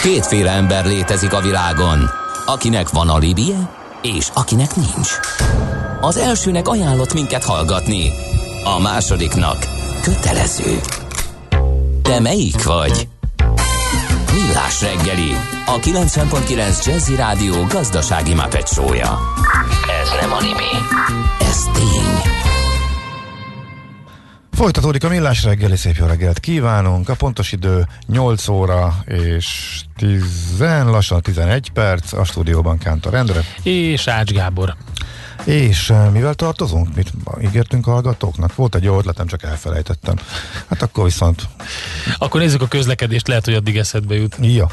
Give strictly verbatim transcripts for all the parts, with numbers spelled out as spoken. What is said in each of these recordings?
Kétféle ember létezik a világon, akinek van alibije, és akinek nincs. Az elsőnek ajánlott minket hallgatni, a másodiknak kötelező. Te melyik vagy? Millás reggeli, a kilencven pont kilenc Jazzy Rádió gazdasági Muppet show-ja. Ez nem anime, ez tény. Folytatódik a Millás reggeli, szép jó reggelt kívánunk. A pontos idő nyolc óra és tíz, lassan tizenegy perc, a stúdióban Kántor Endre. És Ács Gábor. És mivel tartozunk? Mit ígértünk a hallgatóknak? Volt egy jó ötletem, csak elfelejtettem. Hát akkor viszont... Akkor nézzük a közlekedést, lehet, hogy addig eszedbe jut. Ja.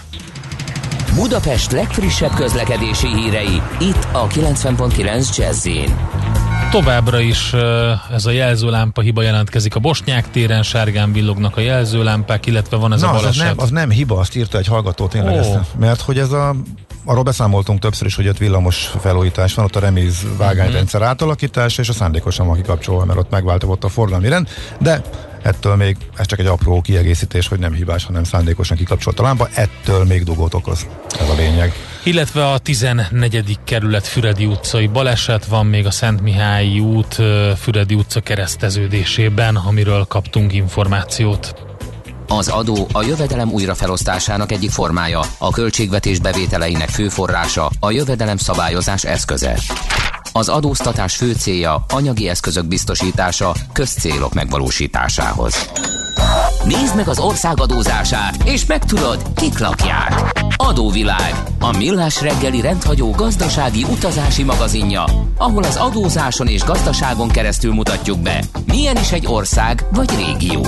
Budapest legfrissebb közlekedési hírei, itt a kilencven pont kilenc Jazzyn. Továbbra is ez a jelzőlámpa hiba jelentkezik a Bosnyák téren, sárgán villognak a jelzőlámpák, illetve van ez Na, a baleset. Az nem, az nem hiba, azt írta egy hallgató tényleg, oh. ezt, mert hogy ez a, arról beszámoltunk többször is, hogy ott villamos felújítás van, ott a reméz vágányrendszer mm-hmm. átalakítása, és a szándékosan van kikapcsolva, mert ott megváltozott a forgalmi rend, de ettől még, ez csak egy apró kiegészítés, hogy nem hibás, hanem szándékosan kikapcsolt a lámpa, ettől még dugót okoz. Ez a lényeg. Illetve a tizennegyedik kerület Füredi utcai baleset van még a Szentmihályi út Füredi utca kereszteződésében, amiről kaptunk információt. Az adó a jövedelem újrafelosztásának egyik formája, a költségvetés bevételeinek fő forrása, a jövedelem szabályozás eszköze. Az adóztatás fő célja anyagi eszközök biztosítása közcélok megvalósításához. Nézd meg az ország adózását, és megtudod, kik lakják. Adóvilág, a Millás reggeli rendhagyó gazdasági utazási magazinja, ahol az adózáson és gazdaságon keresztül mutatjuk be, milyen is egy ország vagy régió.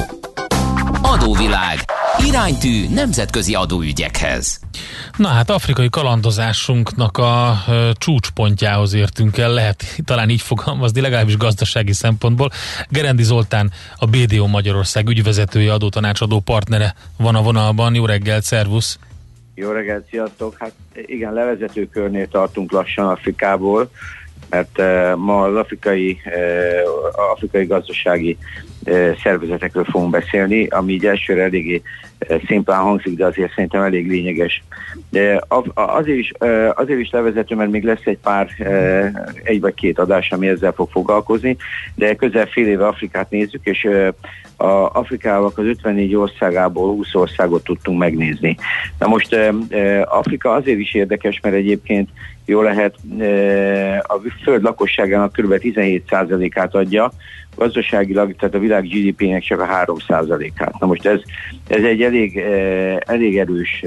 Adóvilág, iránytű nemzetközi adóügyekhez. Na hát, afrikai kalandozásunknak a ö, csúcspontjához értünk el, lehet talán így fogalmazni, legalábbis gazdasági szempontból. Gerendi Zoltán, a bé dé o Magyarország ügyvezetője, adótanácsadó partnere van a vonalban. Jó reggelt, szervusz! Jó reggelt, sziasztok! Hát igen, levezető körnél tartunk lassan Afrikából, mert uh, ma az afrikai, uh, afrikai gazdasági uh, szervezetekről fogunk beszélni, ami így elsőre eléggé uh, szimplán hangzik, de azért szerintem elég lényeges. De azért is, uh, azért is levezető, mert még lesz egy pár, uh, egy vagy két adás, ami ezzel fog foglalkozni, de közel fél éve Afrikát nézzük, és uh, a Afrikának az ötvennégy országából húsz országot tudtunk megnézni. Na most uh, Afrika azért is érdekes, mert egyébként jó lehet, a föld lakosságának kb. tizenhét százalékát adja, gazdaságilag, tehát a világ gé dé pének csak a három százalékát. Na most ez, ez egy elég, elég erős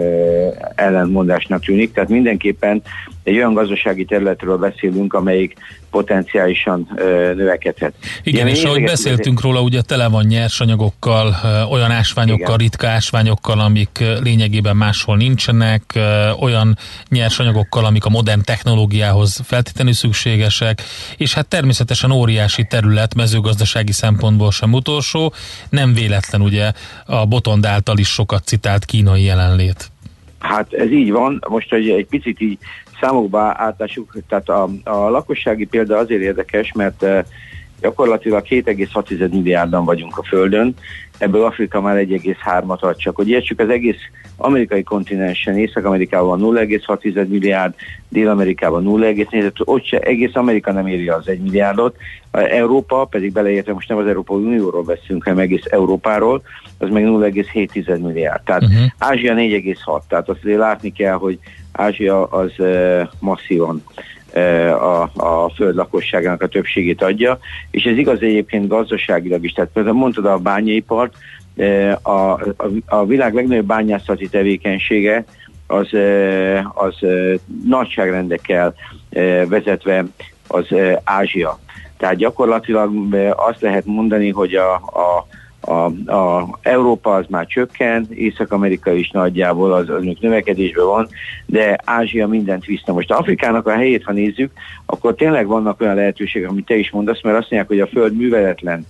ellentmondásnak tűnik, tehát mindenképpen egy olyan gazdasági területről beszélünk, amelyik potenciálisan ö, növekedhet. Igen, és ahogy beszéltünk róla, ugye tele van nyersanyagokkal, ö, olyan ásványokkal, igen. ritka ásványokkal, amik ö, lényegében máshol nincsenek, ö, olyan nyersanyagokkal, amik a modern technológiához feltétlenül szükségesek, és hát természetesen óriási terület, mezőgazdasági szempontból sem utolsó, nem véletlen ugye a Botond által is sokat citált kínai jelenlét. Hát ez így van, most hogy egy picit így számokba átlássuk, tehát a, a lakossági példa azért érdekes, mert uh, gyakorlatilag két egész hat milliárdan vagyunk a Földön, ebből Afrika már egy egész hármat ad csak. Hogy értsük, az egész amerikai kontinensen, Észak-Amerikában nulla egész hat milliárd, Dél-Amerikában nulla egész négy, ott se, egész Amerika nem éri az egy milliárdot, Európa pedig beleértve, most nem az Európai Unióról beszélünk, hanem egész Európáról, az meg nulla egész hét milliárd. Tehát uh-huh. Ázsia négy egész hat, tehát azt azért látni kell, hogy Ázsia az uh, masszívan uh, a, a föld lakosságának a többségét adja, és ez igaz egyébként gazdaságilag is. Tehát például mondtad a bányaipart, uh, a, a, a világ legnagyobb bányászati tevékenysége az, uh, az uh, nagyságrendekkel uh, vezetve az uh, Ázsia. Tehát gyakorlatilag uh, azt lehet mondani, hogy a, a A, a Európa az már csökken, Észak-Amerika is nagyjából az, az növekedésben van, de Ázsia mindent visz. Most Afrikának a helyét, ha nézzük, akkor tényleg vannak olyan lehetőségek, amit te is mondasz, mert azt mondják, hogy a föld műveletlen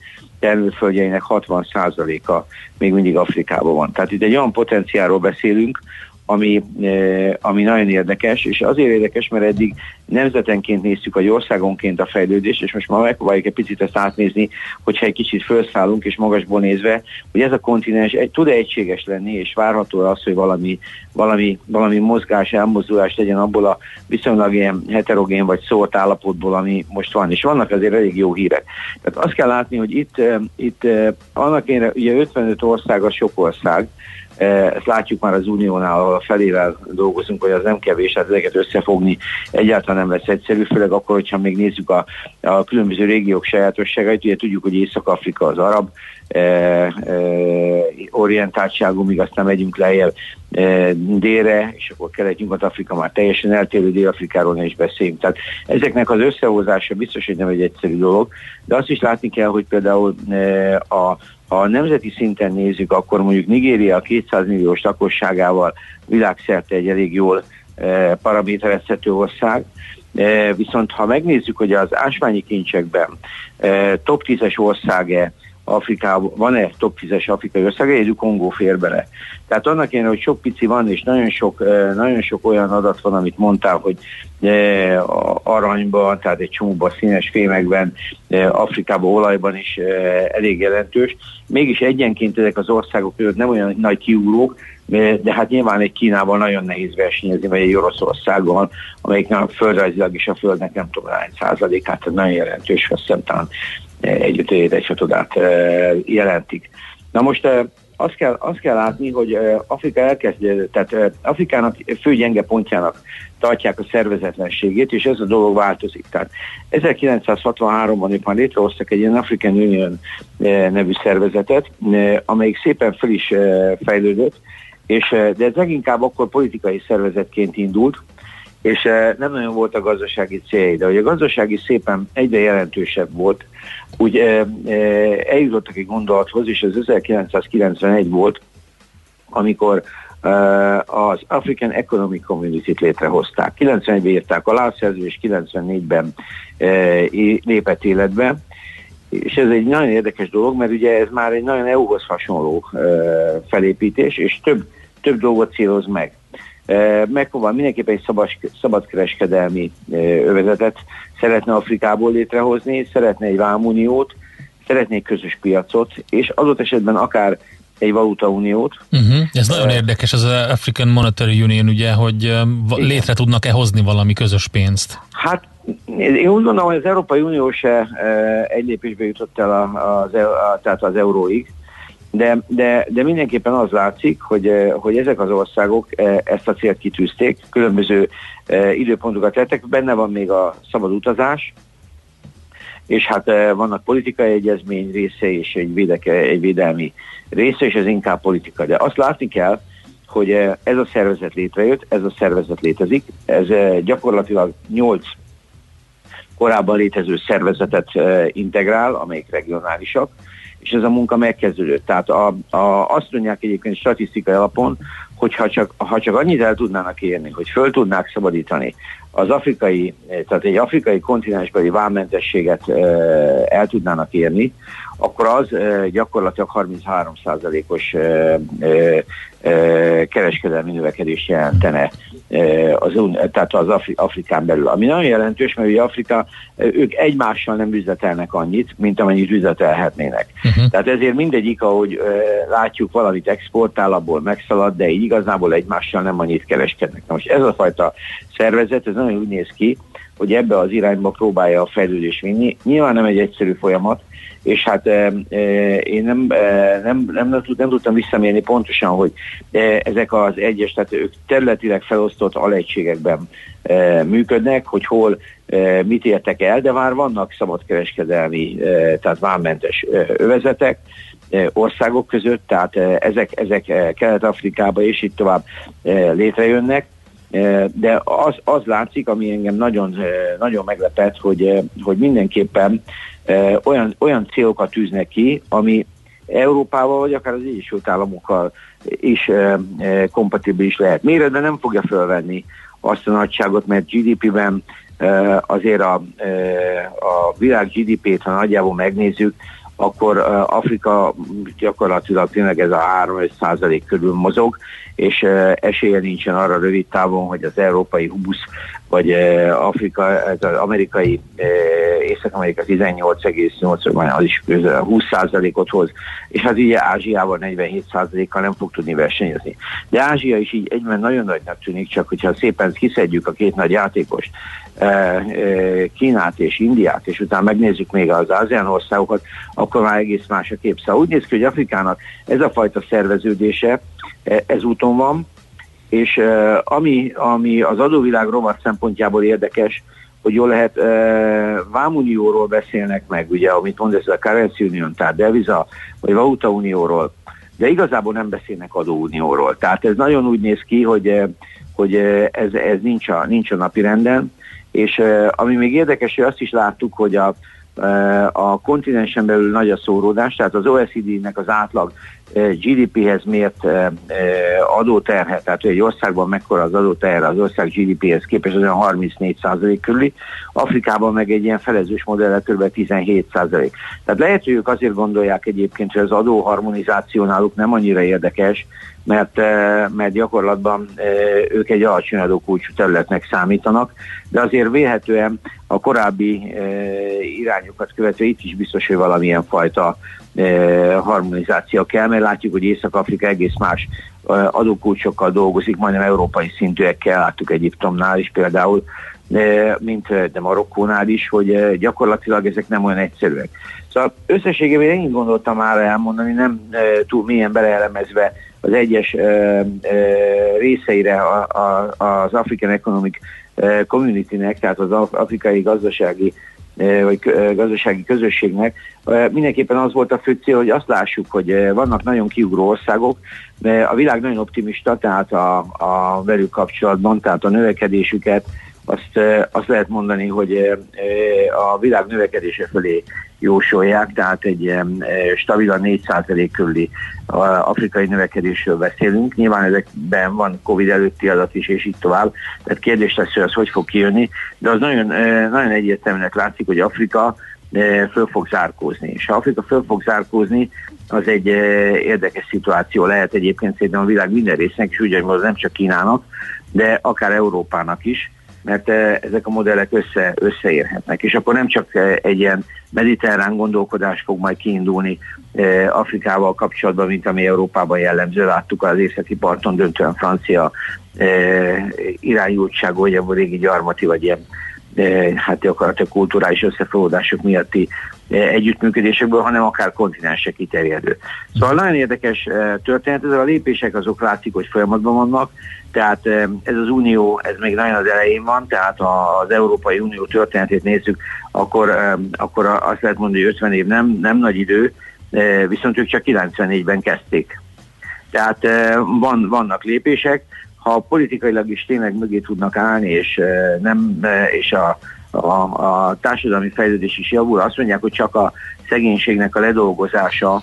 termőföldjeinek hatvan százaléka még mindig Afrikában van. Tehát itt egy olyan potenciálról beszélünk, ami, ami nagyon érdekes, és azért érdekes, mert eddig nemzetenként néztük, vagy országonként a fejlődést, és most már megpróbáljuk egy picit ezt átnézni, hogyha egy kicsit felszállunk, és magasból nézve, hogy ez a kontinens egy, tud egységes lenni, és várható az, hogy valami, valami, valami mozgás, elmozdulás legyen abból a viszonylag ilyen heterogén vagy szórt állapotból, ami most van. És vannak azért elég jó hírek. Tehát azt kell látni, hogy itt, itt annak én, ugye ötvenöt ország a sok ország, ezt látjuk már az Uniónál, ahol a felével dolgozunk, hogy az nem kevés, hát ezeket összefogni egyáltalán nem lesz egyszerű, főleg akkor, hogyha még nézzük a, a különböző régiók sajátosságait, ugye tudjuk, hogy Észak-Afrika az arab e, e, orientáltságú, míg aztán megyünk lejjebb e, délre, és akkor Kelet-Nyugat-Afrika már teljesen eltérő, Dél-Afrikáról ne is beszéljünk. Tehát ezeknek az összehozása biztos, hogy nem egy egyszerű dolog, de azt is látni kell, hogy például e, a ha a nemzeti szinten nézzük, akkor mondjuk Nigéria a kétszáz milliós lakosságával világszerte egy elég jól e, paraméterezhető ország, e, viszont ha megnézzük, hogy az ásványi kincsekben e, top tízes ország-e Afrikában, van-e top tízes afrikai ország, egyedül Kongó fér bele. Tehát annak én, hogy sok pici van, és nagyon sok, nagyon sok olyan adat van, amit mondtál, hogy aranyban, tehát egy csomóban színes fémekben, Afrikában olajban is elég jelentős. Mégis egyenként ezek az országok között nem olyan nagy kiuglók, de hát nyilván egy Kínával nagyon nehéz versenyezni, vagy egy Oroszországgal, amelyiknek földrajzilag is a földnek nem tudom hány százalékát, tehát nagyon jelentős, azt hiszem talán egy ötödét, egy hatodát jelentik. Na most azt kell, azt kell látni, hogy Afrika elkezdődött, tehát Afrikának fő gyenge pontjának tartják a szervezetlenségét, és ez a dolog változik. Tehát ezerkilencszázhatvanháromban ők már létrehoztak egy ilyen African Union nevű szervezetet, amelyik szépen fel is fejlődött, és, de ez leginkább akkor politikai szervezetként indult, és nem nagyon volt a gazdasági cél, de hogy a gazdasági szépen egyre jelentősebb volt, úgy eljutottak egy gondolathoz, és ez ezerkilencszázkilencvenegy volt, amikor az African Economic Community-t létrehozták. kilencvenegyben írták alá a szerződést, és kilencvennégyben lépett életbe, és ez egy nagyon érdekes dolog, mert ugye ez már egy nagyon é u-hoz hasonló felépítés, és több, több dolgot céloz meg. Megpróbál mindenképpen egy szabad, szabadkereskedelmi övezetet szeretne Afrikából létrehozni, szeretne egy vámuniót, szeretne egy közös piacot, és adott esetben akár egy valutauniót. Uh-huh. Ez nagyon uh, érdekes, az African Monetary Union, ugye, hogy uh, létre tudnak-e hozni valami közös pénzt? Hát én úgy gondolom, hogy az Európai Unió se uh, egy lépésbe jutott el a, az, a, tehát az euróig, De, de, de mindenképpen az látszik, hogy, hogy ezek az országok ezt a célt kitűzték, különböző időpontokat tettek, benne van még a szabad utazás, és hát vannak politikai egyezmény része és egy, védeke, egy védelmi része, és ez inkább politika. De azt látni kell, hogy ez a szervezet létrejött, ez a szervezet létezik, ez gyakorlatilag nyolc korábban létező szervezetet integrál, amelyik regionálisak, és ez a munka megkezdődött. Tehát a, a, azt mondják egyébként statisztikai alapon, hogy ha csak, ha csak annyit el tudnának érni, hogy föl tudnák szabadítani az afrikai, tehát egy afrikai kontinensbeli vámmentességet el tudnának érni, akkor az gyakorlatilag harminchárom százalékos kereskedelmi növekedést jelentene az, tehát az Afri, Afrikán belül. Ami nagyon jelentős, mert ugye Afrika, ők egymással nem üzletelnek annyit, mint amennyit üzletelhetnének. Uh-huh. Tehát ezért mindegyik, ahogy látjuk, valamit exportál, abból megszalad, de így igazából egymással nem annyit kereskednek. Na most ez a fajta szervezet, ez nagyon úgy néz ki, hogy ebbe az irányba próbálja a fejlődést vinni. Nyilván nem egy egyszerű folyamat, és hát e, e, én nem, e, nem, nem, nem, nem tudtam visszamérni pontosan, hogy e, ezek az egyes, tehát ők területileg felosztott alegységekben e, működnek, hogy hol e, mit értek el, de már vannak szabadkereskedelmi, e, tehát vámmentes e, övezetek e, országok között, tehát e, ezek, ezek e, Kelet-Afrikába és itt tovább e, létrejönnek. De az, az látszik, ami engem nagyon, nagyon meglepett, hogy, hogy mindenképpen olyan, olyan célokat tűznek ki, ami Európával vagy akár az Egyesült Államokkal is kompatibilis lehet. Méretben nem fogja fölvenni azt a nagyságot, mert gé dé pében azért a, a világ gé dé pét, ha nagyjából megnézzük, akkor uh, Afrika gyakorlatilag tényleg ez a három-öt százalék körül mozog, és uh, esélye nincsen arra rövid távon, hogy az európai húsz, vagy uh, Afrika, ez az amerikai, uh, Észak-Amerika tizennyolc egész nyolc, az is húsz százalékot hoz, és hát ugye Ázsiával negyvenhét százalékkal nem fog tudni versenyezni. De Ázsia is így egyben nagyon nagynak tűnik, csak hogyha szépen kiszedjük a két nagy játékost, Kínát és Indiát, és utána megnézzük még az ASEAN országokat, akkor már egész más a kép. Szóval úgy néz ki, hogy Afrikának ez a fajta szerveződése, ez úton van, és ami, ami az adóvilág rovat szempontjából érdekes, hogy jól lehet, vámunióról beszélnek meg, ugye, amit mond ez a currency union, tehát deviza, vagy valutaunióról, de igazából nem beszélnek adóunióról. Tehát ez nagyon úgy néz ki, hogy, hogy ez, ez nincs, a, nincs a napirenden, és uh, ami még érdekes, hogy azt is láttuk, hogy a, uh, a kontinensen belül nagy a szóródás, tehát az o e cé dé-nek az átlag uh, gé dé pé-hez mért uh, uh, adóterhe, tehát hogy egy országban mekkora az adóterhe az ország gé dé pé-hez képest, az olyan harmincnégy százalék körüli, Afrikában meg egy ilyen felezős modellel kb. tizenhét százalék. Tehát lehet, hogy ők azért gondolják egyébként, hogy az adóharmonizáció náluk nem annyira érdekes, mert, mert gyakorlatban ők egy alacsony adókulcsú területnek számítanak, de azért vélhetően a korábbi irányokat követve itt is biztos, hogy valamilyen fajta harmonizáció kell, mert látjuk, hogy Észak-Afrika egész más adókulcsokkal dolgozik, majdnem európai szintűekkel, láttuk Egyiptomnál is például, mint de Marokkónál is, hogy gyakorlatilag ezek nem olyan egyszerűek. Szóval összességében én így gondoltam már elmondani, nem túl mélyen beleelemezve az egyes ö, ö, részeire a, a, az African Economic Community-nek, tehát az afrikai gazdasági ö, vagy ö, gazdasági közösségnek, ö, mindenképpen az volt a fő cél, hogy azt lássuk, hogy ö, vannak nagyon kiugró országok, a világ nagyon optimista, tehát a, a velük kapcsolatban, tehát a növekedésüket, azt, azt lehet mondani, hogy a világ növekedése fölé jósolják, tehát egy stabilan négy százalék körüli afrikai növekedésről beszélünk. Nyilván ezekben van Covid előtti adat is, és így tovább. Tehát kérdés lesz, hogy az hogy fog kijönni, de az nagyon, nagyon egyértelműnek látszik, hogy Afrika föl fog zárkózni. És ha Afrika föl fog zárkózni, az egy érdekes szituáció lehet egyébként szerintem a világ minden résznek, és úgy, hogy nem csak Kínának, de akár Európának is, mert ezek a modellek össze, összeérhetnek. És akkor nem csak egy ilyen mediterrán gondolkodás fog majd kiindulni Afrikával kapcsolatban, mint ami Európában jellemző. Láttuk az északi parton döntően francia irányultságú, vagy a régi gyarmati, vagy ilyen hát gyakorlatilag kulturális összefonódások miatti együttműködésekből, hanem akár kontinensek kiterjedő. Szóval nagyon érdekes történet, ezek a lépések azok látszik, hogy folyamatban vannak, tehát ez az unió, ez még nagyon az elején van, tehát az Európai Unió történetét nézzük, akkor, akkor azt lehet mondani, hogy ötven év nem, nem nagy idő, viszont ők csak kilencvennégyben kezdték. Tehát van, vannak lépések, ha politikailag is tényleg mögé tudnak állni, és, nem, és a, a, a társadalmi fejlődés is javul, azt mondják, hogy csak a szegénységnek a ledolgozása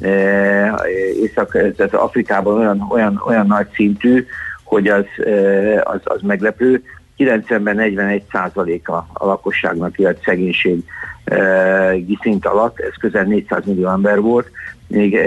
Észak, tehát Afrikában olyan, olyan, olyan nagy szintű, hogy az, az, az meglepő. kilencvenben negyvenegy százaléka a lakosságnak élt szegénységi szint alatt, ez közel négyszáz millió ember volt, még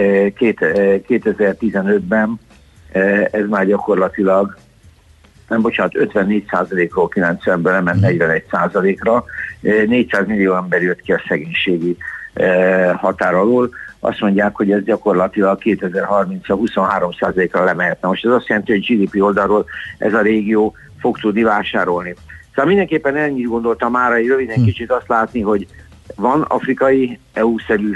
kétezer-tizenötben ez már gyakorlatilag, nem bocsánat, ötvennégy százalékról kilencvenben lement negyvenegy százalékra, négyszáz millió ember jött ki a szegénységi határ alól. Azt mondják, hogy ez gyakorlatilag kétezer-harmincra huszonhárom százalékra lemehetne. Most ez azt jelenti, hogy gé dé pé oldalról ez a régió fog tudni vásárolni. Szóval mindenképpen ennyit gondoltam már, egy röviden kicsit azt látni, hogy van afrikai é u-szerű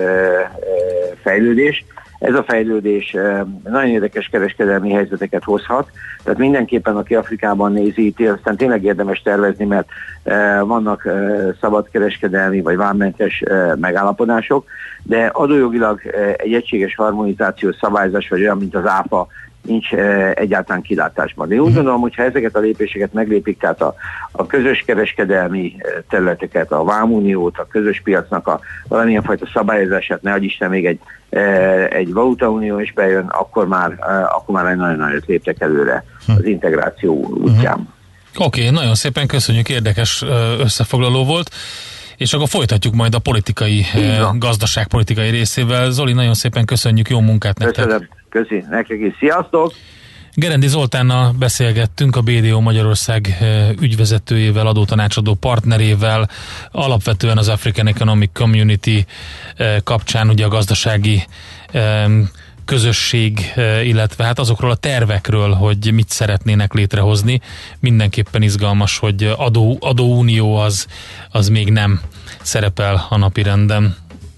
fejlődés. Ez a fejlődés nagyon érdekes kereskedelmi helyzeteket hozhat, tehát mindenképpen, aki Afrikában nézi, itt aztán tényleg érdemes tervezni, mert vannak szabadkereskedelmi vagy vámmentes megállapodások, de adójogilag egy egységes harmonizációs szabályzás, vagy olyan, mint az áfa, nincs egyáltalán kilátásban. De én úgy gondolom, hogy ha ezeket a lépéseket meglépik, tehát a, a közös kereskedelmi területeket, a vámuniót, a közös piacnak a valamilyen fajta szabályozását, ne adj Isten, még egy, egy valutaunió is bejön, akkor már, akkor már nagyon nagyot léptek előre az integráció útján. Oké, okay, nagyon szépen köszönjük, érdekes összefoglaló volt. És akkor folytatjuk majd a politikai, gazdaságpolitikai részével. Zoli, nagyon szépen köszönjük, jó munkát nektek! Köszönöm, köszi, nektek is, sziasztok! Gerendi Zoltánnal beszélgettünk, a bé dé o Magyarország ügyvezetőjével, adótanácsadó partnerével, alapvetően az African Economic Community kapcsán, ugye a gazdasági közösség, illetve hát azokról a tervekről, hogy mit szeretnének létrehozni. Mindenképpen izgalmas, hogy adó, adóunió az, az még nem szerepel a napirenden.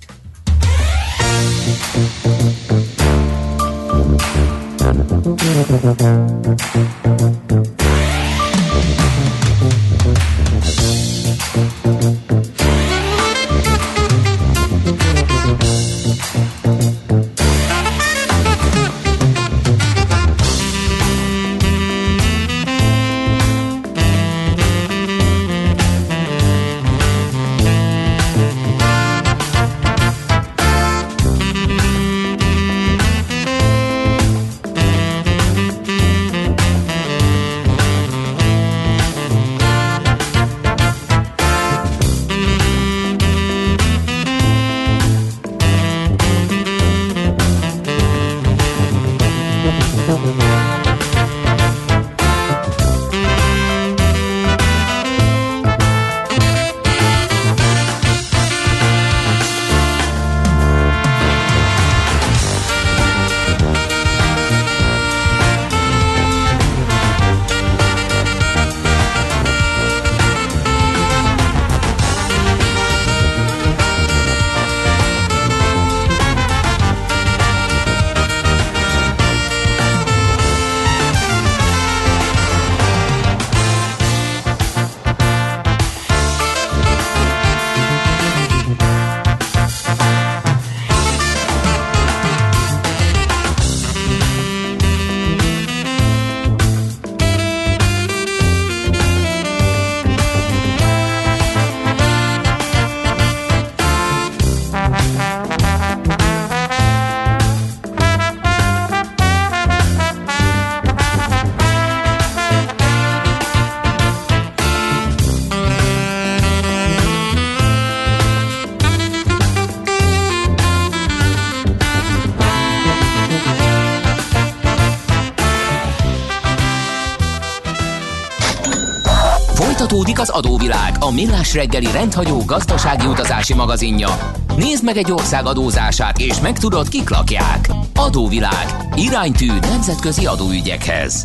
Folytatódik az Adóvilág, a millás reggeli rendhagyó gazdasági utazási magazinja. Nézd meg egy ország adózását, és megtudod, kik lakják. Adóvilág. Iránytű nemzetközi adóügyekhez.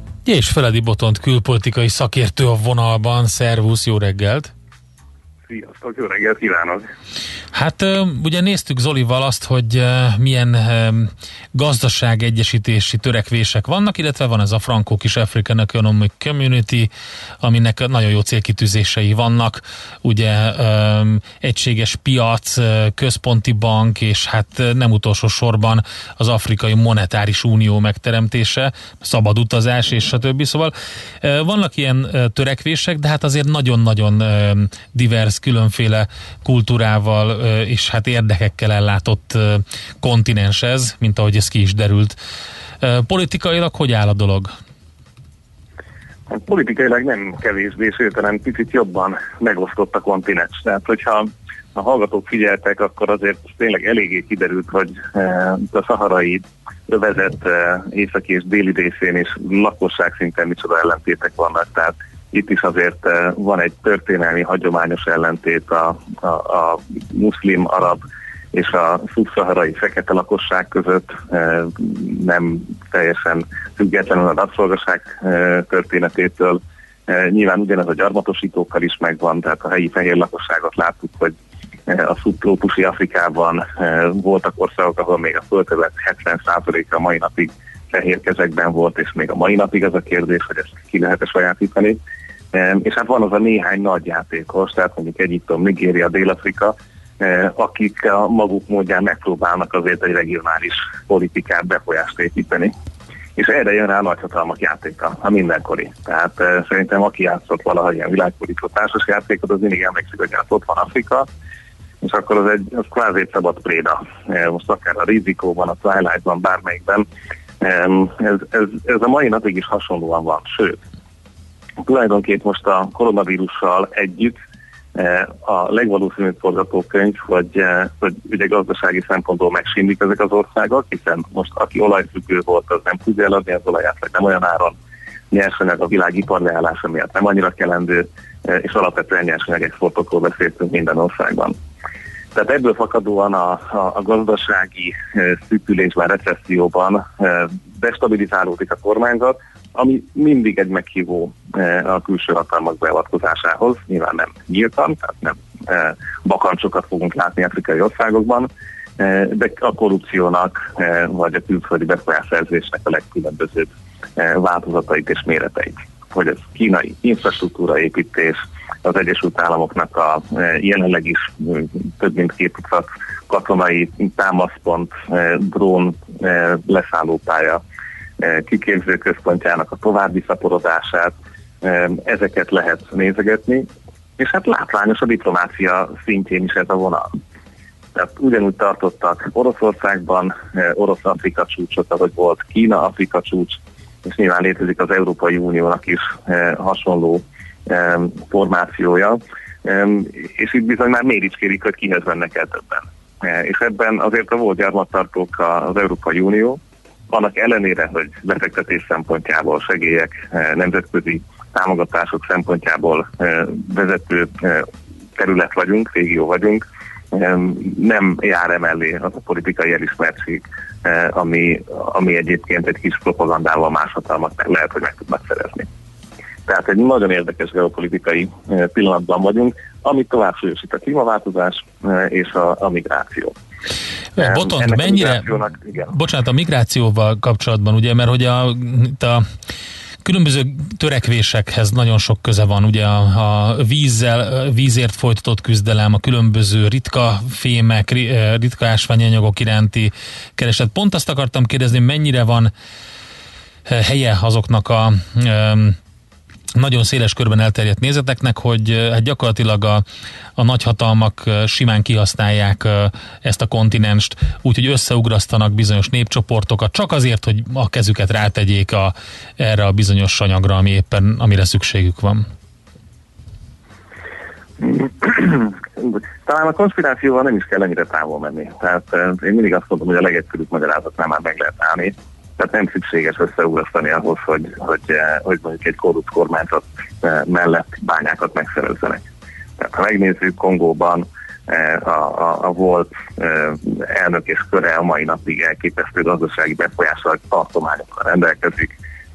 És Feledi Botont külpolitikai szakértő a vonalban. Szervusz, jó reggelt! Sziasztok, jó reggelt kívánok! Hát ugye néztük Zolival azt, hogy milyen gazdaságegyesítési törekvések vannak, illetve van ez a frankó kis African Economic Community, aminek nagyon jó célkitűzései vannak, ugye egységes piac, központi bank, és hát nem utolsó sorban az Afrikai Monetáris Unió megteremtése, szabad utazás, és stb. Szóval vannak ilyen törekvések, de hát azért nagyon-nagyon divers, különféle kultúrával és hát érdekekkel ellátott kontinens ez, mint ahogy ez ki is derült. Politikailag hogy áll a dolog? Politikailag nem kevésbé, sőt, hanem picit jobban megosztott a kontinens. Tehát, hogyha a hallgatók figyeltek, akkor azért tényleg eléggé kiderült, hogy a szaharai övezet északi és déli részén is lakosság szinten micsoda ellentétek vannak. Tehát itt is azért van egy történelmi, hagyományos ellentét a, a, a muszlim, arab és a szubszaharai fekete lakosság között, nem teljesen függetlenül a rabszolgaság történetétől. Nyilván ugyanez a gyarmatosítókkal is megvan, tehát a helyi fehér lakosságot láttuk, hogy a szubtrópusi Afrikában voltak országok, ahol még a földterület hetven százaléka mai napig fehér kezekben volt, és még a mai napig az a kérdés, hogy ezt ki lehet-e sajátítani. És hát van az a néhány nagy játékos, tehát mondjuk Egyiptom, Nigéria, Dél-Afrika, akik a maguk módján megpróbálnak azért egy regionális politikát, befolyást építeni. És erre jön rá a nagyhatalmak játéka, a mindenkori. Tehát szerintem aki játszott valaha ilyen világpolitikai társas játékot, az mindig emlékszik, hogy ott van Afrika, és akkor az egy az kvázi egy szabad préda. Most akár a Rizikóban, a Twilightban, bármelyikben. Ez, ez, ez a mai napig is hasonlóan van, sőt, tulajdonképpen most a koronavírussal együtt A legvalószínűbb forgatókönyv, hogy, hogy ugye gazdasági szempontból megsínlik ezek az országok, hiszen most aki olajfüggő volt, az nem tudja eladni az olaját, vagy nem olyan áron, nyersanyag a világ iparleállása miatt nem annyira kelendő, és alapvetően nyersanyag exportokról beszéltünk minden országban. Tehát ebből fakadóan a, a, a gazdasági szűkülésben, recesszióban destabilizálódik a kormányzat, ami mindig egy meghívó a külső hatalmak beavatkozásához, nyilván nem nyíltan, tehát nem bakancsokat fogunk látni afrikai országokban, de a korrupciónak vagy a külföldi befolyásszerzésnek a legkülönbözőbb változatait és méreteit. Hogy ez kínai infrastruktúraépítés, az Egyesült Államoknak a jelenleg is több mint két tucat katonai támaszpont, drón leszállópálya, kiképző központjának a további szaporodását, ezeket lehet nézegetni, és hát látványos a diplomácia szintjén is ez a vonal. Tehát ugyanúgy tartottak Oroszországban orosz-Afrika csúcsot, ahogy volt Kína-Afrika csúcs, és nyilván létezik az Európai Uniónak is hasonló formációja, és itt bizony már méricskérik, hogy kihez vennek el többen. És ebben azért a volt gyarmattartók az Európai Unió, annak ellenére, hogy befektetés szempontjából, segélyek, nemzetközi támogatások szempontjából vezető terület vagyunk, régió vagyunk, nem jár emellé az a politikai elismertség, ami, ami egyébként egy kis propagandával más hatalmat lehet, hogy meg tudnak szerezni. Tehát egy nagyon érdekes geopolitikai pillanatban vagyunk, amit tovább súlyosít a klímaváltozás és a, a migráció. Botond, mennyire, a bocsánat, a migrációval kapcsolatban, ugye, mert hogy a, a különböző törekvésekhez nagyon sok köze van, ugye a, a vízzel, vízért folytatott küzdelem, a különböző ritka fémek, ritka ásványanyagok iránti kereslet. Pont azt akartam kérdezni, mennyire van helye azoknak a nagyon széles körben elterjedt nézeteknek, hogy hát gyakorlatilag a, a nagyhatalmak simán kihasználják ezt a kontinenst, úgyhogy összeugrasztanak bizonyos népcsoportokat, csak azért, hogy a kezüket rátegyék a, erre a bizonyos anyagra, ami éppen, amire szükségük van. Talán a konspirációval nem is kell ennyire távol menni. Tehát én mindig azt mondom, hogy a legegyszerűbb magyarázatnál már meg lehet állni. Tehát nem szükséges összeugrasztani ahhoz, hogy, hogy, hogy mondjuk egy korrupt kormányzat mellett bányákat megszerezzenek. Tehát ha megnézzük, Kongóban a, a, a volt elnök és köre a mai napig elképesztő gazdasági befolyással, tartományokkal rendelkezik,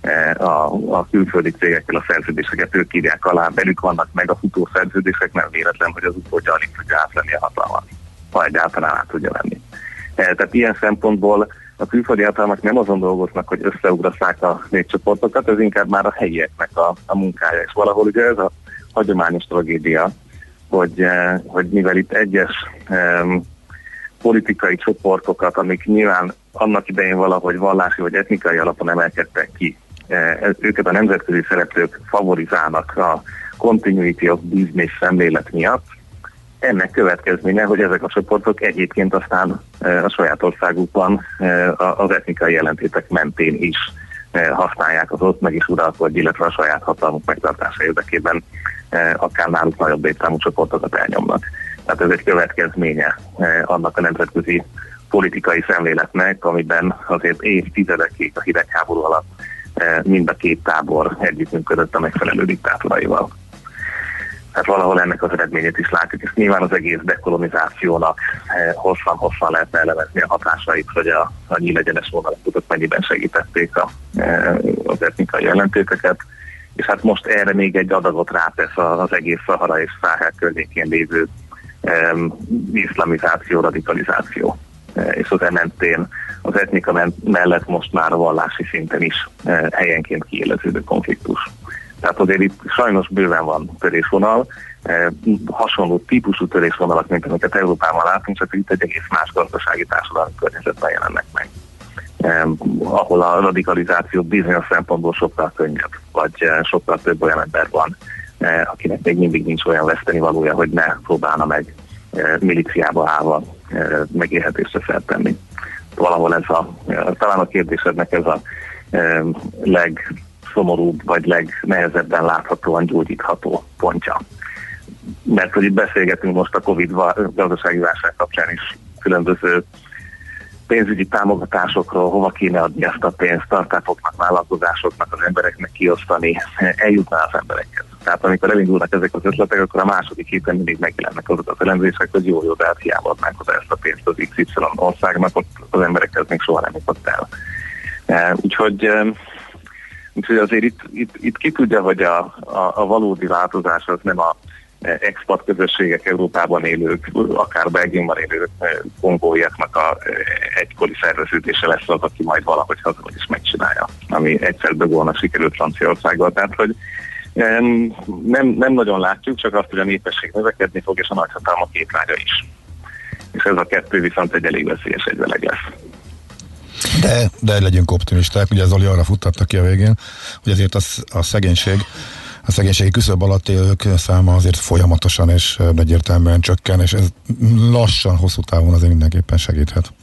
a, a külföldi cégekkel a szerződéseket ők írják alá, belük vannak meg a futó szerződések, nem véletlen, hogy az utódja alig tudja átvenni a hatalmat, ha egyáltalán át tudja venni. Tehát ilyen szempontból a külföldi hatalmak nem azon dolgoznak, hogy összeugrasszák a népcsoportokat, ez inkább már a helyieknek a, a munkája. És valahol ugye ez a hagyományos tragédia, hogy, hogy mivel itt egyes um, politikai csoportokat, amik nyilván annak idején valahogy vallási vagy etnikai alapon emelkedtek ki, őket a nemzetközi szereplők favorizálnak a continuity of business szemlélet miatt. Ennek következménye, hogy ezek a csoportok egyébként aztán a saját országukban az etnikai jelentétek mentén is használják az ott meg is uralkodni, illetve a saját hatalmuk megtartása érdekében akár náluk nagyobb létszámú csoportokat elnyomnak. Tehát ez egy következménye annak a nemzetközi politikai szemléletnek, amiben azért évtizedekig a hidegháború alatt mind a két tábor együttműködött a megfelelő diktátoraival. Tehát valahol ennek az eredményét is látjuk, és nyilván az egész dekolonizációnak hosszan-hosszan lehetne elemezni a hatásait, hogy a, a nyílegyenes vonalatot mennyiben segítették a, az etnikai jelentéteket. És hát most erre még egy adagot rátesz az egész Szahara és Száhel környékén lévő um, iszlamizáció, radikalizáció. És az ementén az etnika mellett most már a vallási szinten is uh, helyenként kiéleződő konfliktus. Tehát azért itt sajnos bőven van törésvonal, eh, hasonló típusú törésvonalak, mint amiket Európában látunk, csak itt egy egész más gazdasági társadalmi környezetben jelennek meg. Eh, ahol a radikalizáció bizonyos szempontból sokkal könnyebb, vagy eh, sokkal több olyan ember van, eh, akinek még mindig nincs olyan vesztenivalója, hogy ne próbálna meg eh, milíciába állva eh, megélhetésre feltenni. Valahol ez a, eh, talán a kérdésednek ez a eh, leg szomorúbb, vagy legnehezebben láthatóan gyógyítható pontja. mert hogy itt beszélgetünk most a Covid gazdasági válság kapcsán is különböző pénzügyi támogatásokról, hova kéne adni ezt a pénzt, startupoknak, vállalkozásoknak, az embereknek kiosztani, eljutná az emberekhez. Tehát amikor elindulnak ezek az ötletek, akkor a második héten mindig megjelennek azok az elemzések, hogy jó, jó, de hát hiába adnánk hozzá ezt a pénzt az iksz ipszilon országnak, ott az emberekhez még soha nem jutott el. Úgyhogy, úgyhogy azért itt, itt, itt ki tudja, hogy a, a, a valódi változás az nem a expat közösségek Európában élők, akár Belgiumban élő kongóiaknak a egykori szerveződése lesz az, aki majd valahogy hazahogy is megcsinálja, ami egyszer Dögolnak sikerült Franciaországgal. Tehát, hogy nem, nem nagyon látjuk, csak azt, hogy a népesség növekedni fog, és a nagyhatalmak étvágya is. És ez a kettő viszont egy elég veszélyes egyveleg lesz. De, de legyünk optimisták, ugye Zoli arra futtatta ki a végén, hogy azért az, a szegénység A szegénységi küszöb alatt élők száma azért folyamatosan és egyértelműen csökken, és ez lassan, hosszú távon azért mindenképpen segíthet.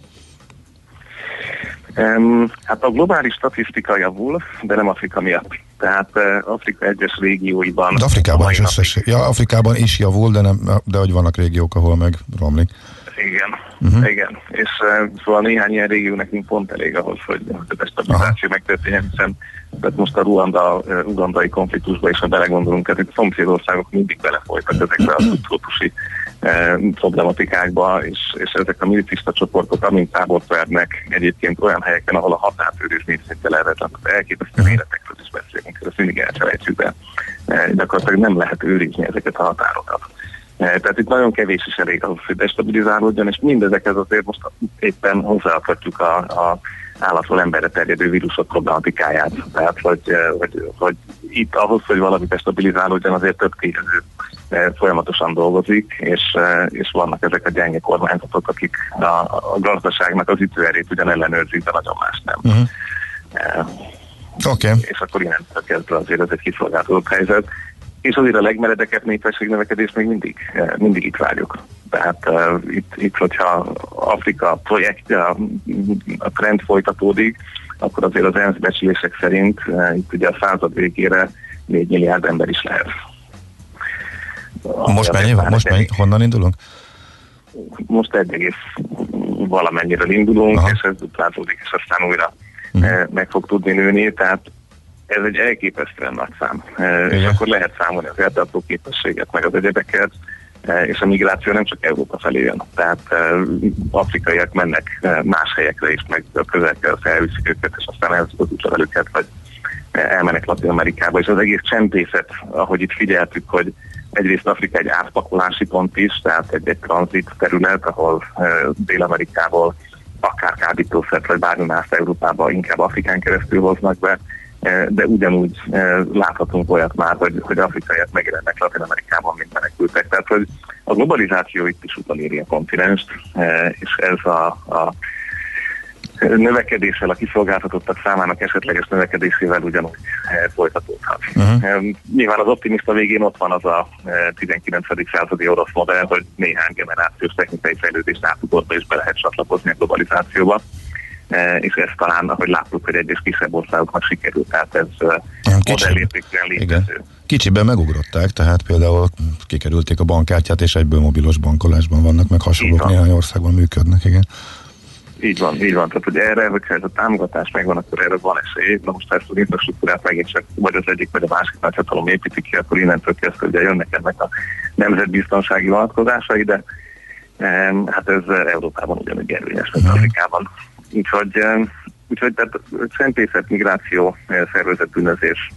Um, hát a globális statisztika javul, de nem Afrika miatt. Tehát uh, Afrika egyes régióiban... De Afrikában is összes, ja, Afrikában is javul, de, nem, de hogy vannak régiók, ahol meg romlik. Igen, uh-huh. igen. És uh, szóval néhány ilyen régió nekünk pont elég ahhoz, hogy a stabilizáció megtörténjen, hiszen tehát most a Ruanda, uh, ugandai konfliktusba is, ha belegondolunk, ezek a szomszédországok mindig belefolytak ezekbe a szubtrópusi uh, problematikákba, és, és ezek a milicista csoportok, amint tábort vernek egyébként olyan helyeken, ahol a határőrés szinte lehetetlen, elképesztő méretekről is beszélünk, ezt mindig elfelejtjük, de uh, gyakorlatilag nem lehet őrizni ezeket a határokat. Tehát itt nagyon kevés is elég ahhoz, hogy destabilizálódjon, és mindezekhez azért most éppen hozzáadhatjuk a, a állatról emberre terjedő vírusok problematikáját. Tehát, hogy, hogy, hogy itt ahhoz, hogy valami destabilizálódjon, azért több tényező folyamatosan dolgozik, és, és vannak ezek a gyenge kormányzatok, akik a, a gazdaságnak az ütőerét ugyan ellenőrzik, de nagyon más nem. Uh-huh. E, okay. És akkor innentől kezdve azért ez egy kiszolgáltatott helyzet. És azért a legmeredekebb népességnövekedés még mindig, mindig itt várjuk. Tehát uh, itt, itt, hogyha Afrika projekt, a, a trend folytatódik, akkor azért az ENSZ becslések szerint uh, itt ugye a század végére négy milliárd ember is lehet. Most mennyi? Most mennyi? Honnan indulunk? Most egy egész valamennyiről indulunk, aha, és ez duplázódik, és aztán újra uh-huh. meg fog tudni nőni, tehát ez egy elképesztően nagy szám. Igen. És akkor lehet számolni az eltartó képességet, meg az egyebeket, és a migráció nem csak Európa felé jön. Tehát afrikaiak mennek más helyekre is, meg a közelkel felviszik őket, és aztán elviszik az útlevelüket, vagy elmennek Latin-Amerikába, és az egész csempészet, ahogy itt figyeltük, hogy egyrészt Afrika egy átpakolási pont is, tehát egy, egy tranzit terület, ahol Dél-Amerikából akár kábítószert, vagy bármi más Európába inkább Afrikán keresztül hoznak be, de ugyanúgy láthatunk olyat már, hogy, hogy afrikaiak megjelennek Latin-Amerikában, mint menekültek. Tehát, hogy a globalizáció itt is utoléri a kontinenst, és ez a, a növekedéssel, a kiszolgáltatottak számának esetleges növekedésével ugyanúgy folytatódhat. Uh-huh. Nyilván az optimista végén ott van az a tizenkilencedik századi orosz modell, hogy néhány generációs technikai fejlődést átugorva és be lehet csatlakozni a globalizációba. És ezt talán, ahogy láttuk, hogy egyes kisebb országoknak sikerült, tehát ez modellértékűen létező. Kicsiben megugrották, tehát például kikerülték a bankkártyát, és egyből mobilos bankolásban vannak, meg hasonlók néhány országban működnek, igen. Így van, így van. Tehát, hogy erre, hogyha ez a támogatás megvan, akkor erre van esély. Na most, ha ezt az infrastruktúrát megint csak vagy az egyik, vagy a másik nagyhatalom építik ki, akkor innentől kezdve ugye jönnek ennek a nemzetbiztonsági vonatkozásai, de hát ez Európában ugyanúgy érvényes, mint Afrikában. Úgyhogy, úgyhogy tehát csempészet, migráció, szervezett bűnözés,